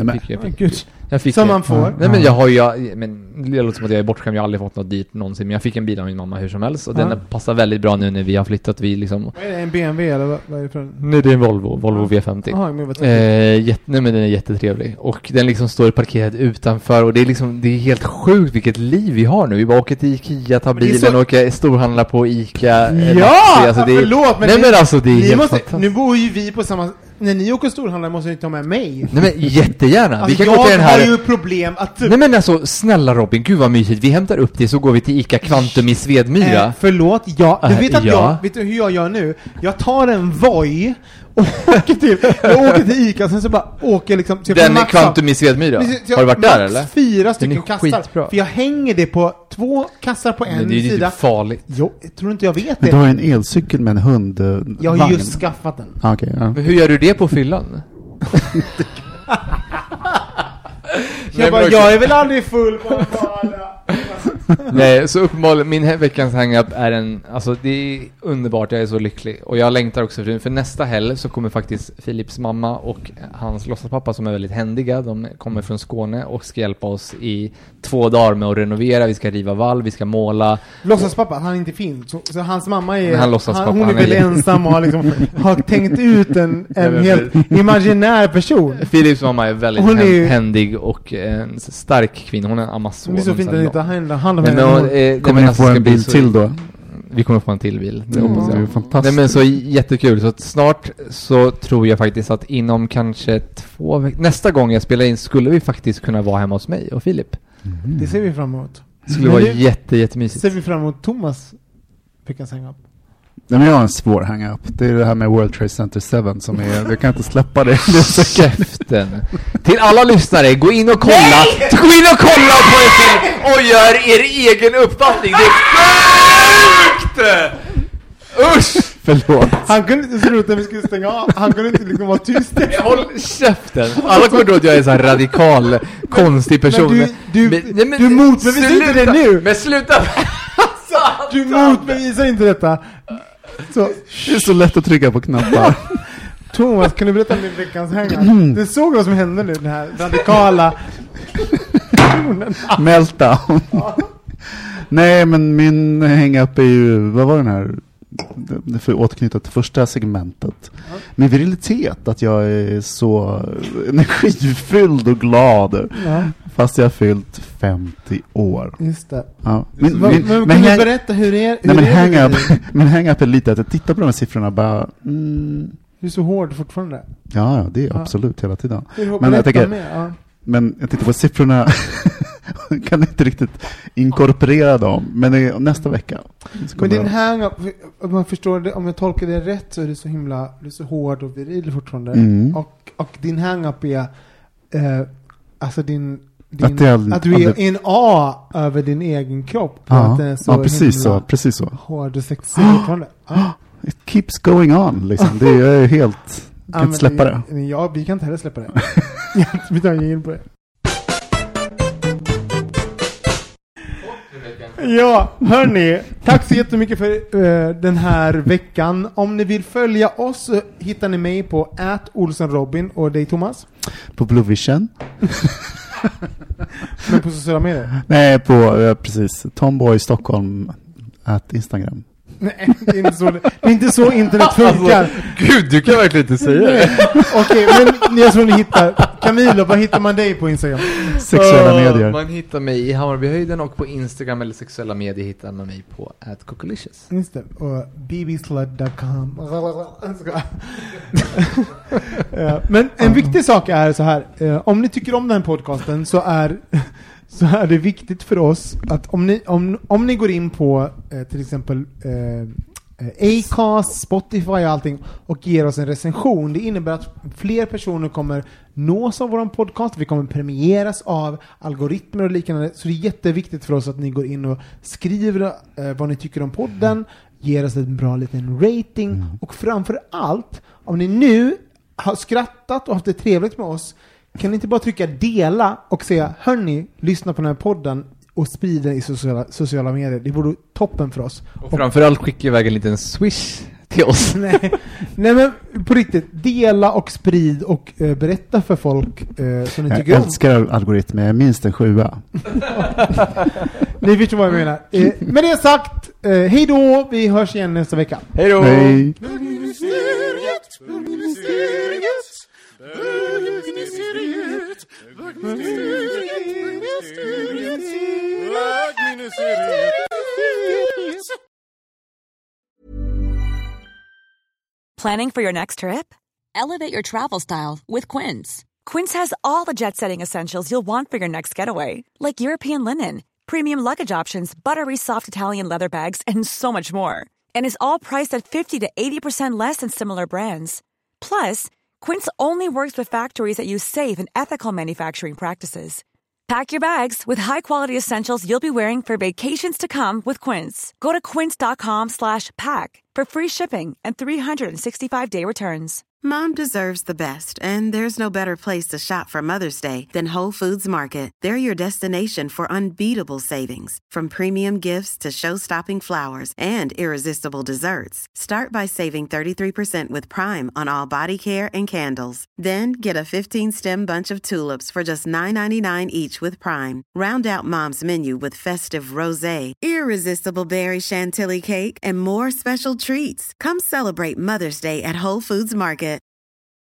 Jag fick som man får. Nej, men det låter som att jag är bortskämd. Jag har aldrig fått något dyrt någonsin. Men jag fick en bil av min mamma hur som helst. Och den passar väldigt bra nu när vi har flyttat. Vi liksom... Vad är det, en BMW eller vad är det för? Nej, det är en Volvo V50. Nej, men den är jättetrevlig. Och den liksom står parkerad utanför. Och det är helt sjukt vilket liv vi har nu. Vi bara åker till Ikea, tar bilen och åker storhandlar på Ica. Förlåt. Men det är helt fantastiskt. Nu bor ju vi på samma... När ni åker storhandlar måste ni ta med mig. Nej, men jättegärna. Alltså, vi kan gå till den här... har ju problem att... Nej, men alltså, snälla Robin, gud vad mysigt. Vi hämtar upp det så går vi till Ica Kvantum i Svedmyra. Förlåt, du vet att vet du hur jag gör nu? Jag tar en Voi och jag åker till Ica, sen så bara åker liksom... Den är Kvantum i Svedmyra. Har du varit där eller? 4 stycken kassar. Skitbra. För jag hänger det på 2 kassar på en sida. Det är ju typ farligt. Jo, jag tror inte jag vet det. Men du har en elcykel med en hundvagn. Jag har just skaffat den. Okay, ja. Men hur gör du det på fyllan? Jag är väl aldrig full på alla. Nej, så uppenbarligen min veckans hang-up är alltså det är underbart, jag är så lycklig. Och jag längtar också för nästa helg så kommer faktiskt Philips mamma och hans låtsaspappa som är väldigt händiga. De kommer från Skåne och ska hjälpa oss i 2 dagar med att renovera. Vi ska riva valv, vi ska måla. Låtsaspappa, han är inte fin. Så hans mamma är... Hon är väl ensam och har tänkt ut en helt imaginär person. Philips mamma är väldigt händig och en stark kvinna. Hon är en amazon. Det är så fint att inte hand om henne. Kommer ni få en bil till då? Vi kommer få en till bil. Det hoppas jag. Det är fantastiskt. Nej, men så jättekul. Så snart så tror jag faktiskt att inom kanske 2 veckor, nästa gång jag spelar in skulle vi faktiskt kunna vara hemma hos mig och Filip. Det ser vi fram emot. Det skulle vara jättemysigt. Ser vi fram emot Thomas fick en hang-up. Nej, men jag har en svår hang-up. Det är det här med World Trade Center 7 som är... Jag kan inte släppa det. Käften. Till alla lyssnare, gå in och kolla. Nej! Gå in och kolla på en film och gör er egen uppfattning. Det är sjukt! Usch! Förlåt. Han kunde inte sluta när vi skulle stänga av. Han kunde inte liksom vara tyst. Håll käften. Alla kommer tro att jag är en sån här radikal, konstig person. Men du motbevisar inte det nu. Men sluta! Du motbevisar inte detta. Så. Det är så lätt att trycka på knappar. Thomas, kan du berätta om din veckans hänga? Du såg vad som hände nu, den här radikala meltdown. Nej, men min hang-up är ju, vad var den här? Det får återknyta till första segmentet. Min virilitet, att jag är så energifylld och glad. Fast jag har fyllt 50 år. Just det. Ja. Men kan du berätta hur det är? Min hang-up är lite att jag tittar på de här siffrorna bara... Du är så hård fortfarande. Ja, det är absolut hela tiden. Men jag tittar på siffrorna kan inte riktigt inkorporera dem. Men nästa vecka. Men din hang-up, om man förstår det, om jag tolkar det rätt så är du så hård och viril fortfarande. Och din hang-up är alltså din att du är en A över din egen kropp. Ja, precis så. Hård och sexig. It keeps going on, liksom. Det är helt... kan inte släppa det. Ja, vi kan inte heller släppa det. Vi tar in på det. Ja, hörni, tack så jättemycket för den här veckan. Om ni vill följa oss så hittar ni mig på @olsenrobin och dig Thomas. På Blue Vision. Men på sociala medier? Nej, på precis. Tomboy Stockholm @Instagram. Nej, det är inte så internet funkar. Alltså, gud, du kan verkligen inte säga det. Okej, men jag tror ni hittar Camilo, vad hittar man dig på Instagram? Sexuella medier. Man hittar mig i Hammarbyhöjden och på Instagram eller sexuella medier hittar man mig på @cocolicious. Just det, och bbslut.com. Ja, men en viktig sak är så här, om ni tycker om den podcasten så är det viktigt för oss att om ni går in på till exempel Acast, Spotify och allting och ger oss en recension, det innebär att fler personer kommer nås av våran podcast, vi kommer premieras av algoritmer och liknande, så det är jätteviktigt för oss att ni går in och skriver vad ni tycker om podden, ger oss en bra liten rating och framför allt, om ni nu har skrattat och haft det trevligt med oss, kan ni inte bara trycka dela och säga, hörni, lyssna på den här podden och sprida den i sociala medier. Det vore toppen för oss. Och framförallt skicka iväg en liten swish till oss. Nej men på riktigt, dela och sprid och berätta för folk som ni tycker om. Jag älskar algoritmer, jag minst en 7. Ni förstår vad jag menar. Med det sagt, hej då, vi hörs igen nästa vecka. Hej då! Hej. Planning for your next trip? Elevate your travel style with Quince. Quince has all the jet-setting essentials you'll want for your next getaway, like European linen, premium luggage options, buttery soft Italian leather bags, and so much more. And is all priced at 50 to 80% less than similar brands. Plus, Quince only works with factories that use safe and ethical manufacturing practices. Pack your bags with high-quality essentials you'll be wearing for vacations to come with Quince. Go to quince.com/pack for free shipping and 365-day returns. Mom deserves the best, and there's no better place to shop for Mother's Day than Whole Foods Market. They're your destination for unbeatable savings, from premium gifts to show-stopping flowers and irresistible desserts. Start by saving 33% with Prime on all body care and candles. Then get a 15-stem bunch of tulips for just $9.99 each with Prime. Round out Mom's menu with festive rosé, irresistible berry chantilly cake, and more special treats. Come celebrate Mother's Day at Whole Foods Market.